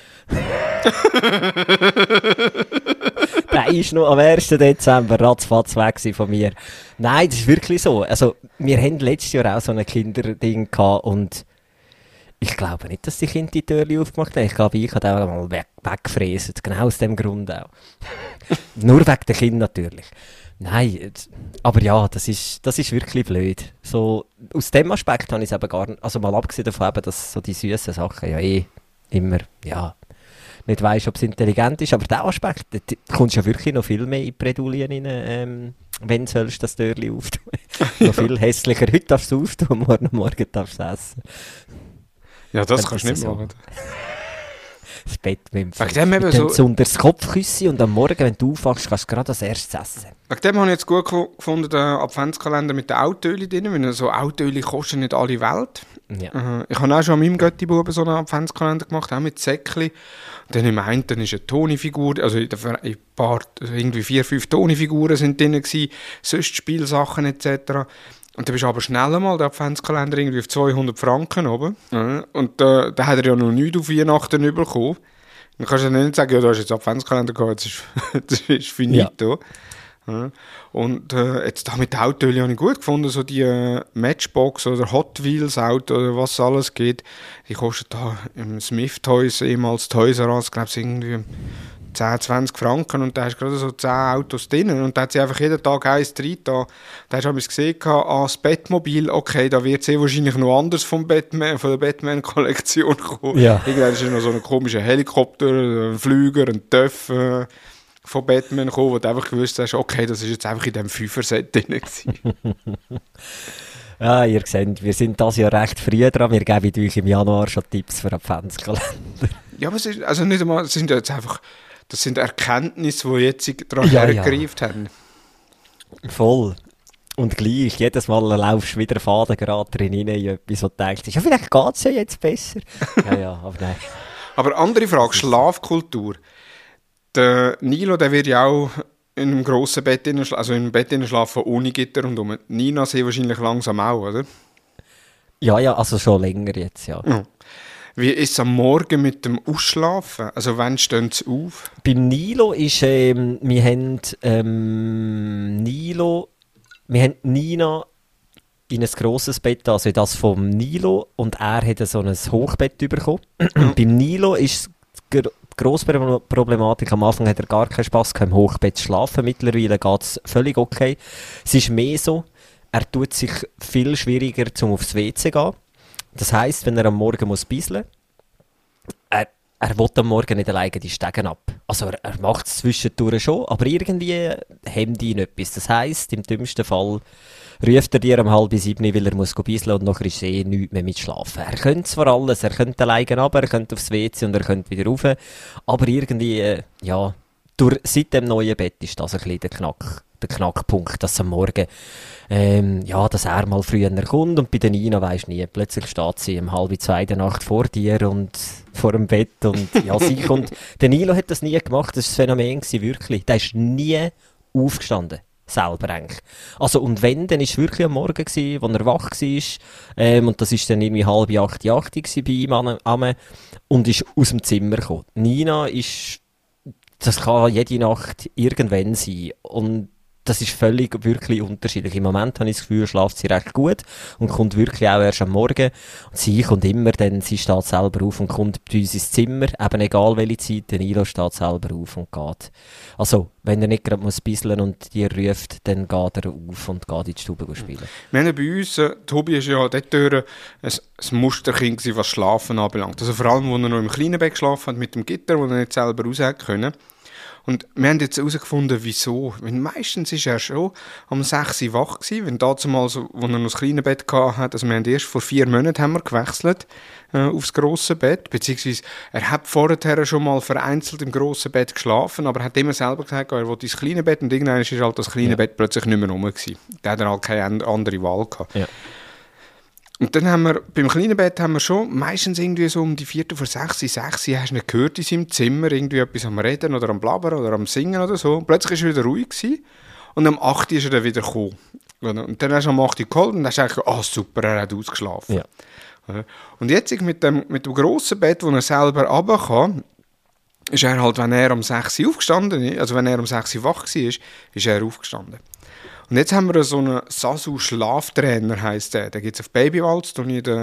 Der ist noch am 1. Dezember ratzfatz weg von mir. Nein, das ist wirklich so. Also, wir hatten letztes Jahr auch so ein Kinderding gehabt und ich glaube nicht, dass die Kinder die Türchen aufgemacht haben. Ich glaube, ich habe auch mal weggefräst. Genau aus dem Grund auch. Nur wegen der Kinder natürlich. Nein, aber ja, das ist wirklich blöd. So, aus dem Aspekt habe ich es eben gar nicht, also mal abgesehen davon eben, dass so die süßen Sachen ja immer, ja, nicht weiss, ob es intelligent ist, aber der Aspekt, da kommst du ja wirklich noch viel mehr in die Bredouillen rein, wenn sollst du das Türchen auftun. Noch viel hässlicher. Heute darfst du es auftun, morgen darfst du es essen. Ja, das kannst du nicht machen. Das Bett mit dem eben so so unter das Kopfkissen und am Morgen, wenn du aufwachst, kannst du gerade als erstes essen. Wegen dem habe ich jetzt gut gefunden, den Adventskalender mit den Autöli drin, weil so Autöli kosten nicht alle Welt. Ja. Ich habe auch schon an meinem Götti-Buben so einen Adventskalender gemacht, auch mit Säckchen. Und dann im einen dann ist eine Toni-Figur, also in ein paar, irgendwie 4, 5 Toni-Figuren sind drin gewesen, sonst Spielsachen etc. Und dann bist du aber schnell einmal der Adventskalender irgendwie auf 200 Franken oben. Und da hat er ja noch nichts auf Weihnachten bekommen. Dann kannst du dann nicht sagen, ja, du hast jetzt Adventskalender gehabt, das ist finito. Ja. Und jetzt da mit Autos habe ich gut gefunden, so die Matchbox oder Hot Wheels Auto oder was alles geht, die kosten da im Smith Toys, ehemals Toys R Us, glaube ich, irgendwie 10, 20 Franken und da hast du gerade so 10 Autos drin und da hat sie einfach jeden Tag eins drin da. Da hast du gesehen, das Batmobil, okay, da wird sie wahrscheinlich noch anders von der Batman-Kollektion kommen. Ja. Irgendwann ist noch so ein komischer Helikopter, ein Flüger, ein Töff von Batman gekommen, wo du einfach gewusst hast, okay, das ist jetzt einfach in diesem 5er-Set drin gewesen. Ja, ihr seht, wir sind das Jahr recht früh dran. Wir geben euch im Januar schon Tipps für Adventskalender. Ja, aber es ist, also nicht einmal, es sind jetzt einfach, das sind Erkenntnisse, die jetzt daran hergegriffen haben. Voll. Und gleich, jedes Mal laufst du wieder Faden gerade drin in etwas, wo du denkst, ja, vielleicht geht es ja jetzt besser. Ja, aber nein. Aber andere Frage, Schlafkultur. Der Nilo, der wird ja auch in einem grossen Bett, also im Bett schlafen ohne Gitter und um. Nina sehr wahrscheinlich langsam auch, oder? Ja, also schon länger jetzt, ja. Wie ist es am Morgen mit dem Ausschlafen? Also wann stehen sie auf? Beim Nilo ist, wir haben Nina in ein grosses Bett, also das vom Nilo, und er hat so ein Hochbett bekommen. Beim Nilo ist die grosse Problematik, am Anfang hat er gar keinen Spass gehabt, im Hochbett zu schlafen. Mittlerweile geht es völlig okay. Es ist mehr so, er tut sich viel schwieriger, um aufs WC zu gehen. Das heisst, wenn er am Morgen muss bisseln, er will am Morgen nicht alleine die Stegen ab. Also er macht es zwischendurch schon, aber irgendwie hemmt ihn etwas. Das heisst, im dümmsten Fall ruft er dir um 6:30, weil er muss bisseln und nachher ist nichts mehr mit Schlafen. Er könnte zwar alles, er könnte alleine runter, er könnte aufs WC und er könnte wieder rauf, aber irgendwie, seit dem neuen Bett ist das ein bisschen der Knackpunkt, dass am Morgen, dass er mal früher kommt und bei der Nina weisst nie, plötzlich steht sie um 1:30 der Nacht vor dir und vor dem Bett und ja, sie kommt. Der Nilo hat das nie gemacht, das war ein Phänomen gewesen, wirklich. Der ist nie aufgestanden, selber eigentlich. Also und wenn, dann war es wirklich am Morgen gewesen, wo er wach war, und das war dann irgendwie 7:30, 8:00 bei ihm und ist aus dem Zimmer gekommen. Nina ist, das kann jede Nacht irgendwann sein und das ist völlig, wirklich unterschiedlich. Im Moment habe ich das Gefühl, schlaft sie recht gut und kommt wirklich auch erst am Morgen. Und sie kommt immer, sie steht selber auf und kommt bei uns ins Zimmer, eben egal welche Zeit, der Nilo steht selber auf und geht. Also, wenn er nicht gerade bisseln und dir ruft, dann geht er auf und geht in die Stube spielen. Wir haben bei uns, Tobi ist ja dort ein Musterkind gewesen, was Schlafen anbelangt. Also vor allem, wo er noch im kleinen Bett geschlafen hat, mit dem Gitter, wo er nicht selber raus hätte können. Und wir haben jetzt herausgefunden, wieso. Weil meistens war er schon um 6 Uhr wach gewesen, wenn damals, als er noch das kleine Bett hatte, also wir haben erst vor 4 Monaten haben wir gewechselt aufs grosse Bett, beziehungsweise er hat vorher schon mal vereinzelt im grossen Bett geschlafen, aber er hat immer selber gesagt, er wollte ins kleine Bett und irgendwann ist halt das kleine Bett plötzlich nicht mehr rum gewesen. Da hat er halt keine andere Wahl gehabt. Ja. Und dann haben wir, beim kleinen Bett haben wir schon meistens irgendwie so um die 6:45, 6 Uhr hast du nicht gehört in seinem Zimmer, irgendwie etwas am Reden oder am Blabbern oder am Singen oder so. Und plötzlich war er wieder ruhig gewesen, und am 8 Uhr ist er dann wieder gekommen. Und dann hast du am 8 Uhr geholt und dann hast du gedacht, super, er hat ausgeschlafen. Ja. Und jetzt mit dem grossen Bett, wo er selber runter kann, ist er halt, wenn er um 6 Uhr aufgestanden ist, also wenn er um 6 Uhr wach war, ist er aufgestanden. Und jetzt haben wir so einen Sasu-Schlaftrainer, heisst der. Der gibt es auf Babywalz, die ich in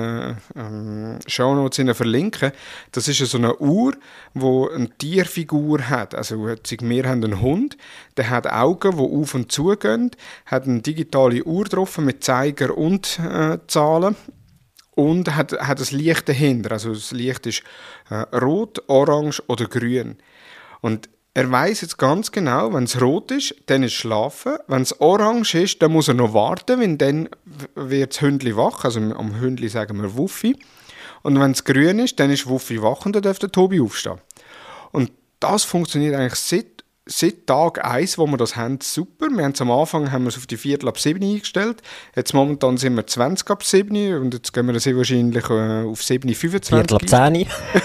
den Shownotes verlinken. Das ist so eine Uhr, die eine Tierfigur hat. Also wir haben einen Hund, der hat Augen, die auf und zu gehen, hat eine digitale Uhr drauf mit Zeiger und Zahlen und hat ein Licht dahinter. Also das Licht ist rot, orange oder grün. Und er weiss jetzt ganz genau, wenn es rot ist, dann ist Schlafen. Wenn es orange ist, dann muss er noch warten, weil dann wird das Hündli wach. Also am Hündli sagen wir Wuffi. Und wenn es grün ist, dann ist Wuffi wach und dann darf der Tobi aufstehen. Und das funktioniert eigentlich seit Tag 1, wo wir das haben, super. Wir haben es am Anfang haben wir es auf die 6:45 eingestellt. Jetzt momentan sind wir 7:20 und jetzt gehen wir sehr wahrscheinlich auf 7:25. 9:10.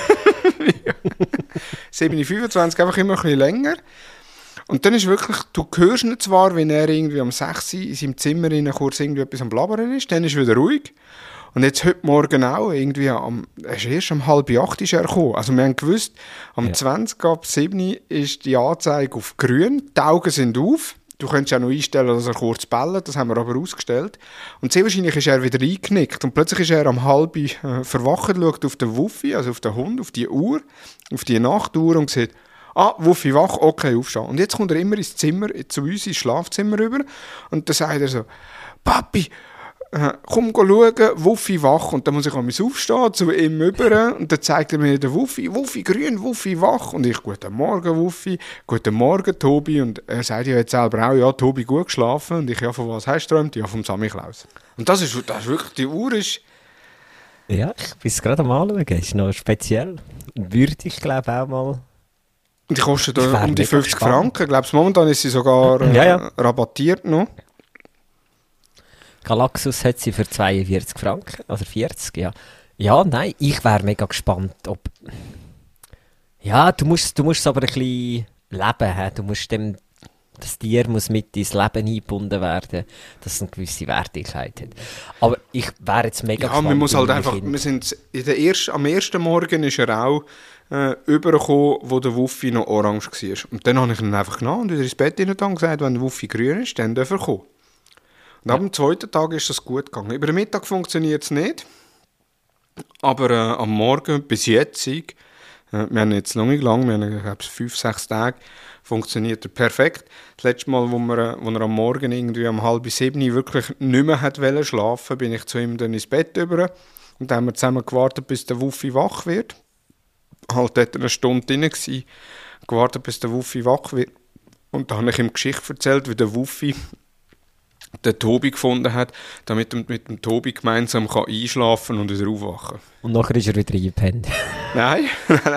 7:25, einfach immer ein bisschen länger. Und dann ist wirklich, du hörst ihn zwar, wenn er irgendwie um 6 Uhr in seinem Zimmer kurz irgendwie etwas am Blabbern ist, dann ist er wieder ruhig. Und jetzt heute Morgen auch, irgendwie er ist erst um 7:30 ist er gekommen. Also wir haben gewusst, am 20:07 ist die Anzeige auf grün, die Augen sind auf. Du könntest auch noch einstellen, dass er kurz bellt, das haben wir aber ausgestellt. Und sehr wahrscheinlich ist er wieder eingenickt. Und plötzlich ist er um 7:30 verwacht, schaut auf den Wuffi, also auf den Hund, auf die Uhr, auf die Nachtuhr und sieht, Wuffi wach, okay, aufstehen. Und jetzt kommt er immer ins Zimmer, zu uns ins Schlafzimmer rüber und dann sagt er so, Papi, komm schauen, Wuffi wach. Und dann muss ich einmal aufstehen, zu ihm rüber. Und dann zeigt er mir den Wuffi grün, Wuffi wach. Und ich, guten Morgen Wuffi, guten Morgen Tobi. Und er sagt ja jetzt selber auch, ja, Tobi gut geschlafen. Und ich, ja, von was hast du geträumt? Ja, vom Samichlaus. Und das ist wirklich, die Uhr ist... Ja, ich bin es gerade am Anschauen. Ist noch speziell. Würde ich glaube auch mal... Die kostet um die 50 Franken. Ich glaube, momentan ist sie sogar rabattiert noch. Galaxus hat sie für 42 Franken, also 40, ja. Ja, nein, ich wäre mega gespannt, ob... Ja, du musst es aber ein bisschen leben, he? Du musst dem... Das Tier muss mit ins Leben eingebunden werden, dass es eine gewisse Wertigkeit hat. Aber ich wäre jetzt mega gespannt. Ja, man muss halt einfach... Wir sind am ersten Morgen ist er auch übergekommen, wo der Wuffi noch orange war. Und dann habe ich ihn einfach genommen und wieder ins Bett hinein und gesagt, wenn der Wuffi grün ist, dann darf er kommen. Und ab dem zweiten Tag ist das gut gegangen. Über den Mittag funktioniert es nicht, aber am Morgen bis jetzt, wir haben jetzt noch nicht lang, wir haben glaube ich 5-6 Tage, funktioniert er perfekt. Das letzte Mal, wo er am Morgen irgendwie um 6:30 wirklich nicht mehr hat schlafen, bin ich zu ihm dann ins Bett über und dann haben wir zusammen gewartet, bis der Wuffi wach wird. Halt dort eine Stunde drin gewesen, gewartet, bis der Wuffi wach wird. Und dann habe ich ihm Geschichte erzählt, wie der Wuffi den Tobi gefunden hat, damit er mit dem Tobi gemeinsam einschlafen und wieder aufwachen kann. Und nachher ist er wieder eingepennt. Nein.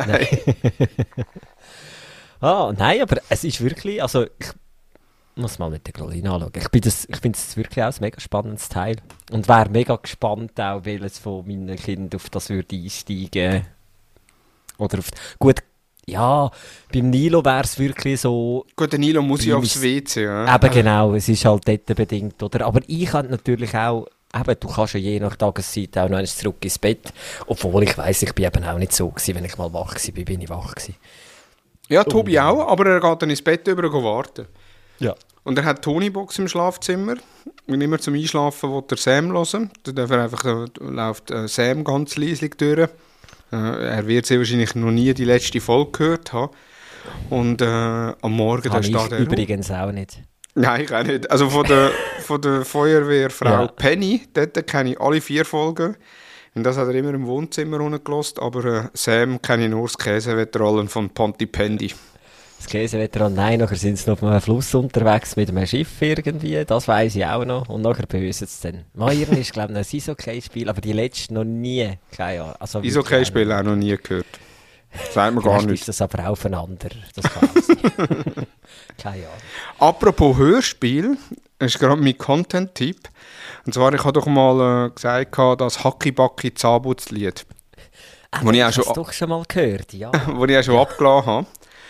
Nein, aber es ist wirklich, also ich muss mal mit der Glorina anschauen. Ich finde es wirklich auch ein mega spannendes Teil. Und wäre mega gespannt auch, welches von meinen Kindern auf das würde einsteigen. Oder auf... Gut, ja, beim Nilo wäre es wirklich so... Gut, der Nilo muss ja aufs WC, ja. Eben genau, es ist halt dort bedingt, oder? Aber ich könnte natürlich auch... Eben, du kannst ja je nach Tageszeit auch noch einmal zurück ins Bett. Obwohl ich weiss, ich bin eben auch nicht so gewesen, wenn ich mal wach war, bin ich wach gewesen. Ja, Tobi auch, aber er geht dann ins Bett über und warten. Ja. Und er hat Tonybox im Schlafzimmer. Wenn immer zum Einschlafen will er Sam hören. Dann darf er einfach, läuft Sam ganz leise durch. Er wird sehr wahrscheinlich noch nie die letzte Folge gehört haben. Und am Morgen da steht er übrigens auch nicht. Nein, ich auch nicht. Also von der Feuerwehrfrau Penny, dort kenne ich alle 4 Folgen. Und das hat er immer im Wohnzimmer runtergelassen. Aber Sam kenne ich nur das Käseveteran von Pontypandy. Das Käseveteran, nein, nachher sind sie noch auf einem Fluss unterwegs mit einem Schiff irgendwie, das weiss ich auch noch. Und nachher bösen sie dann. Meieren ist, glaube ich, ein Eishockey-Spiel, aber die letzte noch nie. Keine Ahnung. Also, Eishockey-Spiel auch noch nie gehört. Sagt man gar nicht. Ist das aber aufeinander, das kann auch sein. Keine Ahnung. Apropos Hörspiel, das ist gerade mein Content-Tipp. Und zwar, ich habe doch mal gesagt, das Hacki-Backi-Zahnputzlied. Das hast du doch schon mal gehört, ja. Wo ich auch schon abgelassen habe.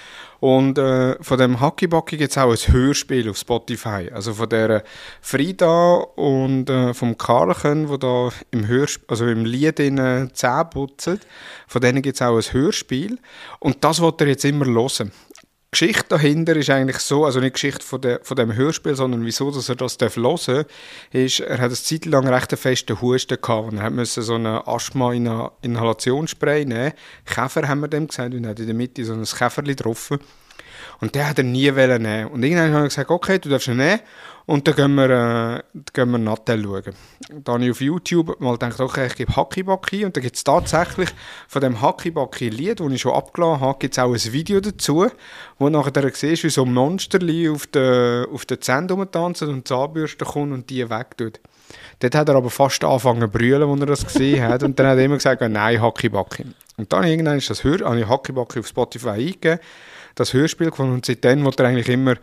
Und von dem Hacki-Backi gibt es auch ein Hörspiel auf Spotify. Also von der Frida und vom Karlchen, wo da im Lied in Zähne putzen. Von denen gibt es auch ein Hörspiel. Und das wollt ihr jetzt immer hören. Die Geschichte dahinter ist eigentlich so, also nicht die Geschichte von dem Hörspiel, sondern wieso, dass er das hören darf, ist, er hat eine Zeit lang recht einen festen Husten gehabt und er musste so einen Asthma-Inhalationsspray nehmen. Käfer haben wir dem gesagt, und er hat in der Mitte so ein Käferli drauf. Und den hat er nie nehmen. Und irgendwann habe ich gesagt, okay, du darfst ihn nehmen. Und dann gehen wir Nattel schauen. Da habe ich auf YouTube mal gedacht, okay, ich gebe Hacki-Backi. Und dann gibt es tatsächlich von dem Hacki-Backi-Lied, das ich schon abgeladen habe, gibt es auch ein Video dazu, wo nachher siehst, wie so ein Monsterli auf den Zähnen rumtanzen und die Zahnbürste kommt und die wegtut. Dort hat er aber fast angefangen zu brüllen, als er das gesehen hat. Und dann hat er immer gesagt, nein, Hacki-Backi. Und dann irgendwann habe ich Hacki-Backi auf Spotify eingegeben, das Hörspiel gefunden, und seitdem wollte er eigentlich immer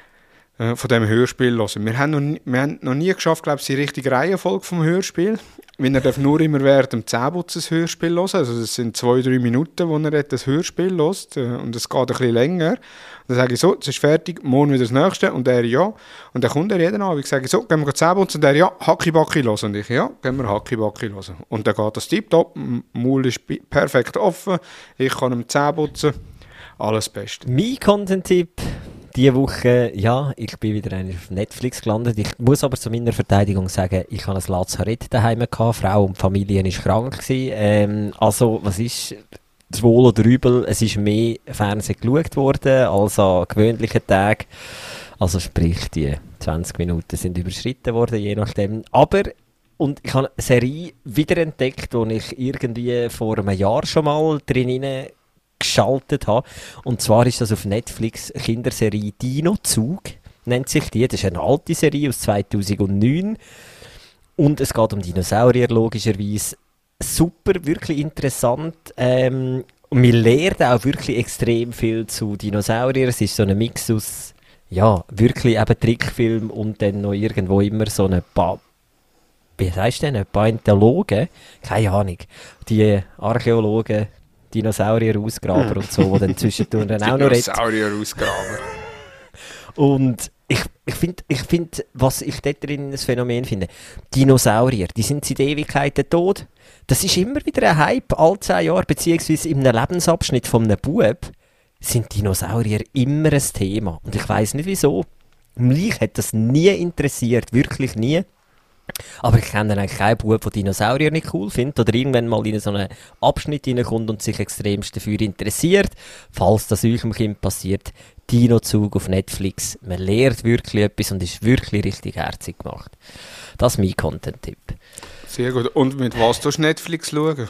von diesem Hörspiel hören. Wir haben noch nie geschafft, glaube ich, die richtige Reihenfolge vom Hörspiel. Weil er darf nur immer während dem Zähneputzen das Hörspiel hören. Also das sind 2-3 Minuten, wo er das Hörspiel hört. Und es geht ein bisschen länger. Und dann sage ich so, es ist fertig, morgen wieder das Nächste. Und er ja. Und dann kommt er jeden Abend. Ich sage so, gehen wir Zähneputzen. Und er ja, Hacki-Backi hören. Und ich ja, gehen wir Hacki-Backi hören. Und dann geht das tipptopp. Maul ist perfekt offen. Ich kann ihm Zähneputzen. Alles Beste. Mein Content-Tipp diese Woche, ja, ich bin wieder auf Netflix gelandet. Ich muss aber zu meiner Verteidigung sagen, ich hatte ein Lazarett daheim gehabt. Frau und Familie war krank gewesen. Also, was ist das Wohl oder Übel? Es ist mehr Fernsehen geschaut worden als an gewöhnlichen Tagen. Also sprich, die 20 Minuten sind überschritten worden, je nachdem. Aber Und ich habe eine Serie wiederentdeckt, die ich irgendwie vor einem Jahr schon mal drin geschaltet habe. Und zwar ist das auf Netflix eine Kinderserie Dino-Zug, nennt sich die. Das ist eine alte Serie aus 2009. Und es geht um Dinosaurier, logischerweise. Super, wirklich interessant. Und man lernt auch wirklich extrem viel zu Dinosauriern. Es ist so ein Mix aus, ja, wirklich eben Trickfilm und dann noch irgendwo immer so eine wie heißt denn? Paläontologen? Keine Ahnung. Die Archäologen, Dinosaurier-Ausgraber und so, die dann zwischendurch dann auch noch reden. Dinosaurier-Ausgraber. Und ich find, was ich dort drin ein Phänomen finde, Dinosaurier, die sind seit Ewigkeiten tot. Das ist immer wieder ein Hype, alle 10 Jahre, beziehungsweise in einem Lebensabschnitt von einem Bub sind Dinosaurier immer ein Thema. Und ich weiss nicht wieso. Mich hat das nie interessiert, wirklich nie. Aber ich kenne eigentlich keinen Bub, der Dinosaurier nicht cool findet oder irgendwann mal in so einen Abschnitt hineinkommt und sich extremst dafür interessiert. Falls das eurem Kind passiert, Dino-Zug auf Netflix. Man lernt wirklich etwas und ist wirklich richtig herzig gemacht. Das ist mein Content-Tipp. Sehr gut. Und mit was tust du Netflix schauen?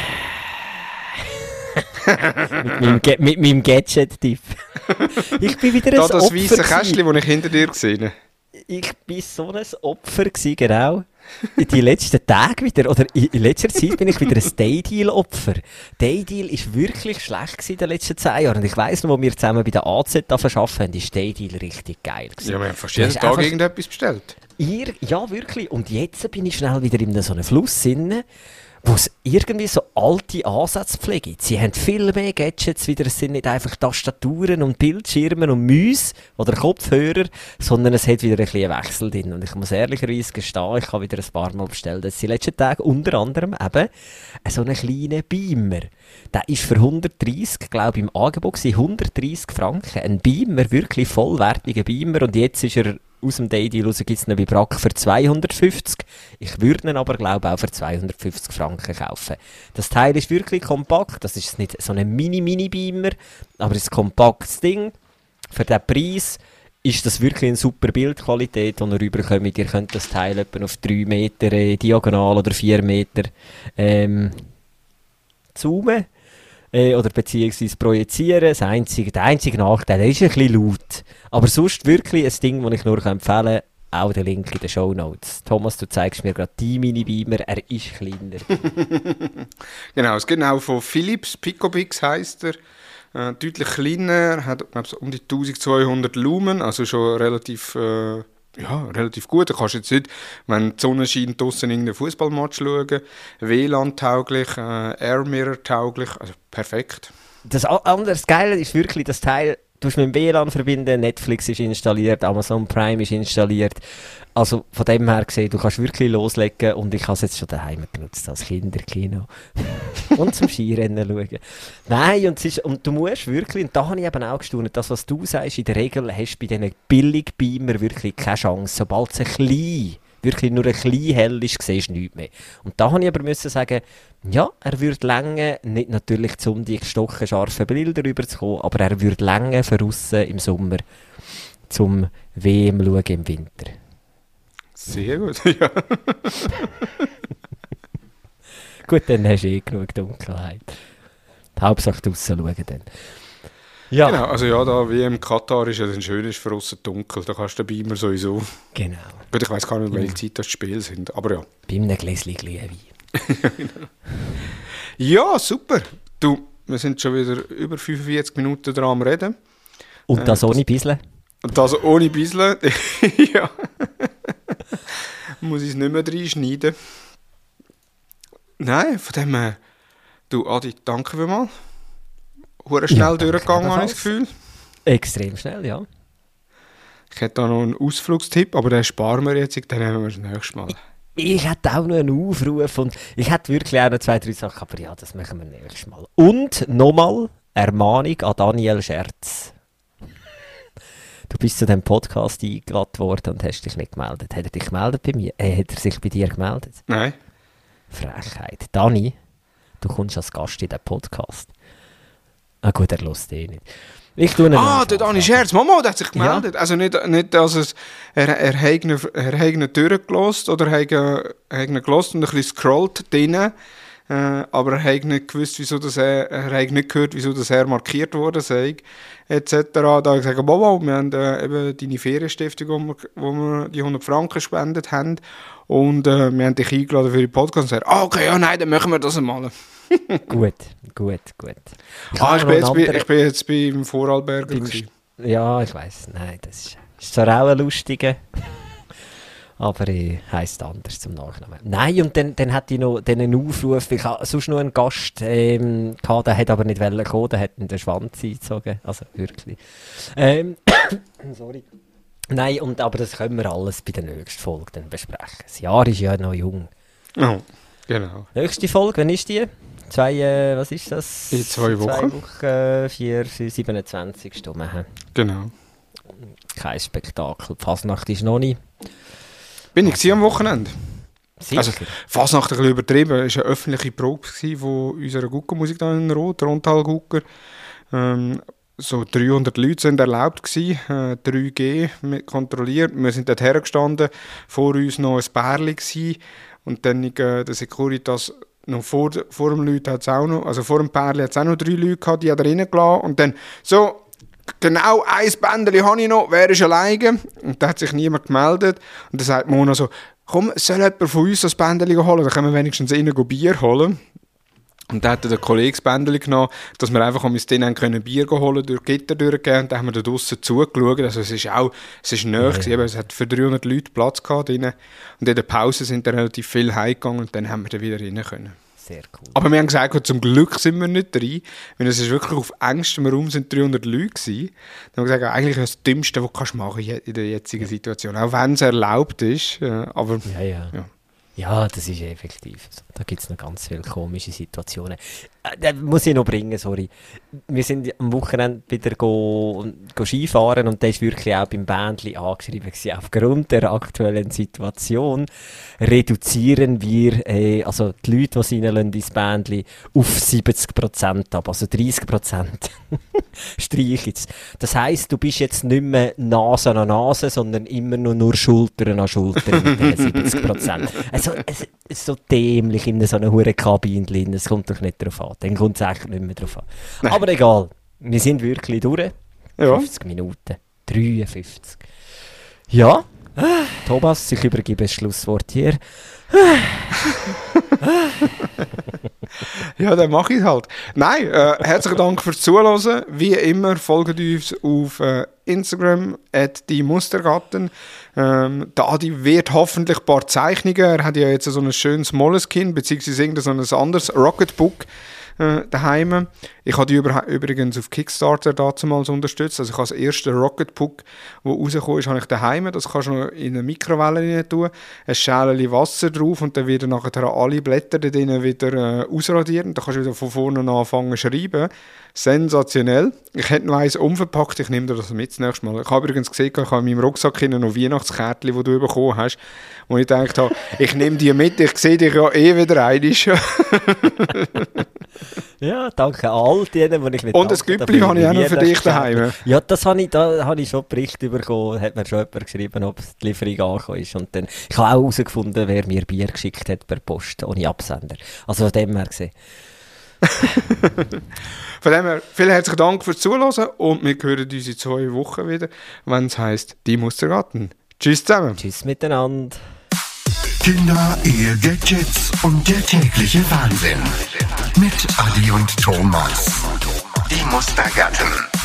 mit meinem Gadget-Tipp. Ich bin wieder ein Opfer. Das weisse Kästchen, das ich hinter dir gesehen habe. Ich war so ein Opfer gewesen, genau. In die letzten Tage wieder, oder in letzter Zeit bin ich wieder ein Daydeal-Opfer. Daydeal war wirklich schlecht gewesen in den letzten 10 Jahren. Und ich weiss noch, wo wir zusammen bei der AZ arbeiten haben, ist Daydeal richtig geil gewesen. Ja, wir haben fast jeden Tag irgendetwas bestellt. Ja, wirklich. Und jetzt bin ich schnell wieder in so einem Fluss drin, wo es irgendwie so alte Ansatzpflege gibt. Sie haben viel mehr Gadgets wieder. Es sind nicht einfach Tastaturen und Bildschirme und Mäuse oder Kopfhörer, sondern es hat wieder ein bisschen Wechsel drin. Und ich muss ehrlicherweise gestehen, ich habe wieder ein paar Mal bestellt. Das sind die letzten Tage unter anderem eben so einen kleinen Beamer. Der ist für 130, glaube ich, im Angebot gewesen. 130 Franken. Ein Beamer, wirklich vollwertiger Beamer. Und jetzt ist er aus dem Daydeal raus, gibt es ihn bei Brack für 250. Ich würde ihn aber, glaube ich, auch für 250 Franken kaufen. Das Teil ist wirklich kompakt. Das ist nicht so ein Mini-Beamer, aber es ist ein kompaktes Ding. Für diesen Preis ist das wirklich eine super Bildqualität, die ihr rüberkommt. Ihr könnt das Teil etwa auf 3 Meter diagonal oder 4 Meter zoomen. Oder beziehungsweise projizieren. Der einzige Nachteil, der ist ein bisschen laut. Aber sonst wirklich ein Ding, das ich nur empfehlen kann. Auch der Link in den Shownotes. Thomas, du zeigst mir gerade die Mini-Beamer, er ist kleiner. Genau, es gibt auch von Philips, Picobix heisst er. Deutlich kleiner, hat glaube ich um die 1200 Lumen, also schon relativ gut. Du kannst jetzt nicht, wenn die Sonne scheint, draussen irgendeinen Fußballmatch schauen. WLAN-tauglich, Air-Mirror-tauglich, also perfekt. Das Geile ist wirklich, das Teil, du musst mit dem WLAN verbinden, Netflix ist installiert, Amazon Prime ist installiert. Also von dem her gesehen, du kannst wirklich loslegen und ich habe es jetzt schon daheim genutzt als Kinderkino. Und zum Skirennen schauen. Nein, und du musst wirklich, und da habe ich eben auch gestaunt, das was du sagst, in der Regel hast du bei diesen Billig-Beamer wirklich keine Chance. Sobald es wirklich nur ein klein hell ist, siehst du nichts mehr. Und da habe ich aber müssen sagen, ja, er würde länger, nicht natürlich um die stochenscharfen Bilder rüberzukommen, aber er würde länger für aussen im Sommer zum WM schauen im Winter. Sehr gut, ja. Gut, dann hast du genug Dunkelheit. Die Hauptsache draussen schauen dann. Ja. Genau, also ja, da wie im Katar ist ja dann schön, ist für aussen dunkel, da kannst du den Beamer sowieso. Genau. Gut, ich weiss gar nicht, welche Zeit das Spiel sind, aber ja. Bei einem Gläschen Glühwein. Ja, super. Du, wir sind schon wieder über 45 Minuten dran am Reden. Und das ohne Bisseln? Und das ohne Bisseln. Ja. Muss ich es nicht mehr reinschneiden. Nein, von dem du Adi, danke vielmals. Hure schnell durchgegangen, habe ich das Gefühl. Extrem schnell, ja. Ich hätte da noch einen Ausflugstipp, aber den sparen wir jetzt, den nehmen wir das nächste Mal. Ich hätte auch noch einen Aufruf und ich hätte wirklich auch noch 2, 3 Sachen, aber ja, das machen wir nächstes Mal. Und nochmal Ermahnung an Daniel Scherz. Du bist zu diesem Podcast eingeladen worden und hast dich nicht gemeldet. Hat er dich gemeldet bei mir? Hat er sich bei dir gemeldet? Nein. Frechheit. Dani, du kommst als Gast in den Podcast. Ah gut, er hört nicht. Ich tue ihn der Dani Scherz, Mama, der hat sich gemeldet. Ja. Also nicht dass er hat ihn durchgelassen oder er hat ihn gelassen und ein bisschen scrollt drinnen. Aber er hat nicht gewusst, er hat nicht gehört, wieso das er markiert worden sei, etc. Da habe ich gesagt, Mama, wir haben eben deine Ferienstiftung, wo wir die 100 Franken gespendet haben. Und wir haben dich eingeladen für den Podcast und gesagt, okay, ja, nein, dann machen wir das einmal. Gut. Ich bin jetzt beim Vorarlberger. Ja, ich weiss. Nein, das ist zwar auch ein lustiger, aber heisst anders zum Nachnamen. Nein, und dann hatte ich noch einen Aufruf. Ich hatte sonst noch einen Gast gehabt, der hat aber nicht kommen, der hat in den Schwanz eingezogen. Also wirklich. Sorry. Nein, aber das können wir alles bei der nächsten Folge dann besprechen. Das Jahr ist ja noch jung. Oh, genau. Nächste Folge, wann ist die? Was ist das? In 2 Wochen. 2 Wochen, 27. Genau. Kein Spektakel. Die Fasnacht ist noch nicht. Bin ich am Wochenende? Sicher. Also, Fasnacht ein bisschen übertrieben. Es war eine öffentliche Probe von unserer Guckermusik hier in Rot, der Rundtal-Gucker. So 300 Leute sind erlaubt gewesen, 3G kontrolliert. Wir sind dort hergestanden, vor uns noch ein Pärchen gewesen. Und dann der Securitas noch vor dem Leuten hat's auch noch, also vor dem Pärchen hat es auch noch 3 Leute gehabt, die hat er reingelassen. Und dann so, genau ein Bändchen habe ich noch, wer ist alleine? Und da hat sich niemand gemeldet. Und dann sagt Mona so, komm, soll jemand von uns das Bändchen holen? Dann können wir wenigstens innen Bier holen. Und dann hat der Kollege das Bändchen genommen, dass wir einfach denen können Bier holen, durch Gitter durchgehen. Und dann haben wir da draussen zugeschaut. Also es ist nahe gewesen. Es hat für 300 Leute Platz gehabt drinnen. Und in der Pause sind dann relativ viel heimgegangen und dann haben wir da wieder rein können. Sehr cool. Aber wir haben gesagt, zum Glück sind wir nicht rein, weil es ist wirklich auf engstem Raum sind 300 Leute gewesen. Dann haben wir gesagt, eigentlich das Dümmste, was du machen kannst in der jetzigen Situation. Auch wenn es erlaubt ist. Aber ja, das ist effektiv. Da gibt es noch ganz viele komische Situationen. Das muss ich noch bringen, sorry. Wir sind am Wochenende wieder go Skifahren und das ist wirklich auch beim Bändchen angeschrieben gewesen. Aufgrund der aktuellen Situation reduzieren wir also die Leute, die reinlassen ins Bändchen, auf 70% ab. Also 30% streich jetzt. Das heisst, du bist jetzt nicht mehr Nase an Nase, sondern immer nur Schultern an Schultern mit den 70%. Also, es ist so dämlich in so einer hohen Kabine. Es kommt doch nicht drauf an. Dann kommt es eigentlich nicht mehr drauf an. Nein. Aber egal, wir sind wirklich durch. 50 Minuten. 53. Ja, Thomas, ich übergebe das Schlusswort hier. Ja, dann mache ich es halt. Nein, herzlichen Dank fürs Zuhören. Wie immer, folgt uns auf Instagram @die_Mustergatten. Adi wird hoffentlich ein paar Zeichnungen. Er hat ja jetzt so ein schönes Moleskine, beziehungsweise irgendein so ein anderes Rocketbook daheim. Ich habe die übrigens auf Kickstarter damals unterstützt. Also ich habe das erste Rocketbook, das rausgekommen ist, habe ich daheim. Das kannst du noch in eine Mikrowelle rein tun, ein Schälchen Wasser drauf und dann werden nachher alle Blätter da drin wieder ausradieren. Dann kannst du wieder von vorne anfangen zu schreiben. Sensationell. Ich hätte noch eins umverpackt, ich nehme dir das mit das nächste Mal. Ich habe übrigens gesehen, ich habe in meinem Rucksack noch Weihnachtskärtchen, die du bekommen hast, wo ich gedacht habe, ich nehme die mit, ich sehe dich ja wieder einmal. Ja, danke all denen, die ich nicht und das Güppli habe ich auch noch für dich daheim. Ja, da habe ich schon Bericht bekommen, hat mir schon jemand geschrieben, ob die Lieferung angekommen ist. Und dann, ich habe auch herausgefunden, wer mir Bier geschickt hat per Post, ohne Absender. Also von dem her gesehen. Von dem her, vielen herzlichen Dank fürs Zuhören und wir hören uns in 2 Wochen wieder, wenn es heisst, die Mustergatten. Tschüss zusammen. Tschüss miteinander. Kinder, Ehe, Gadgets und der tägliche Wahnsinn. Mit Adi und Thomas. Die Mustergatten.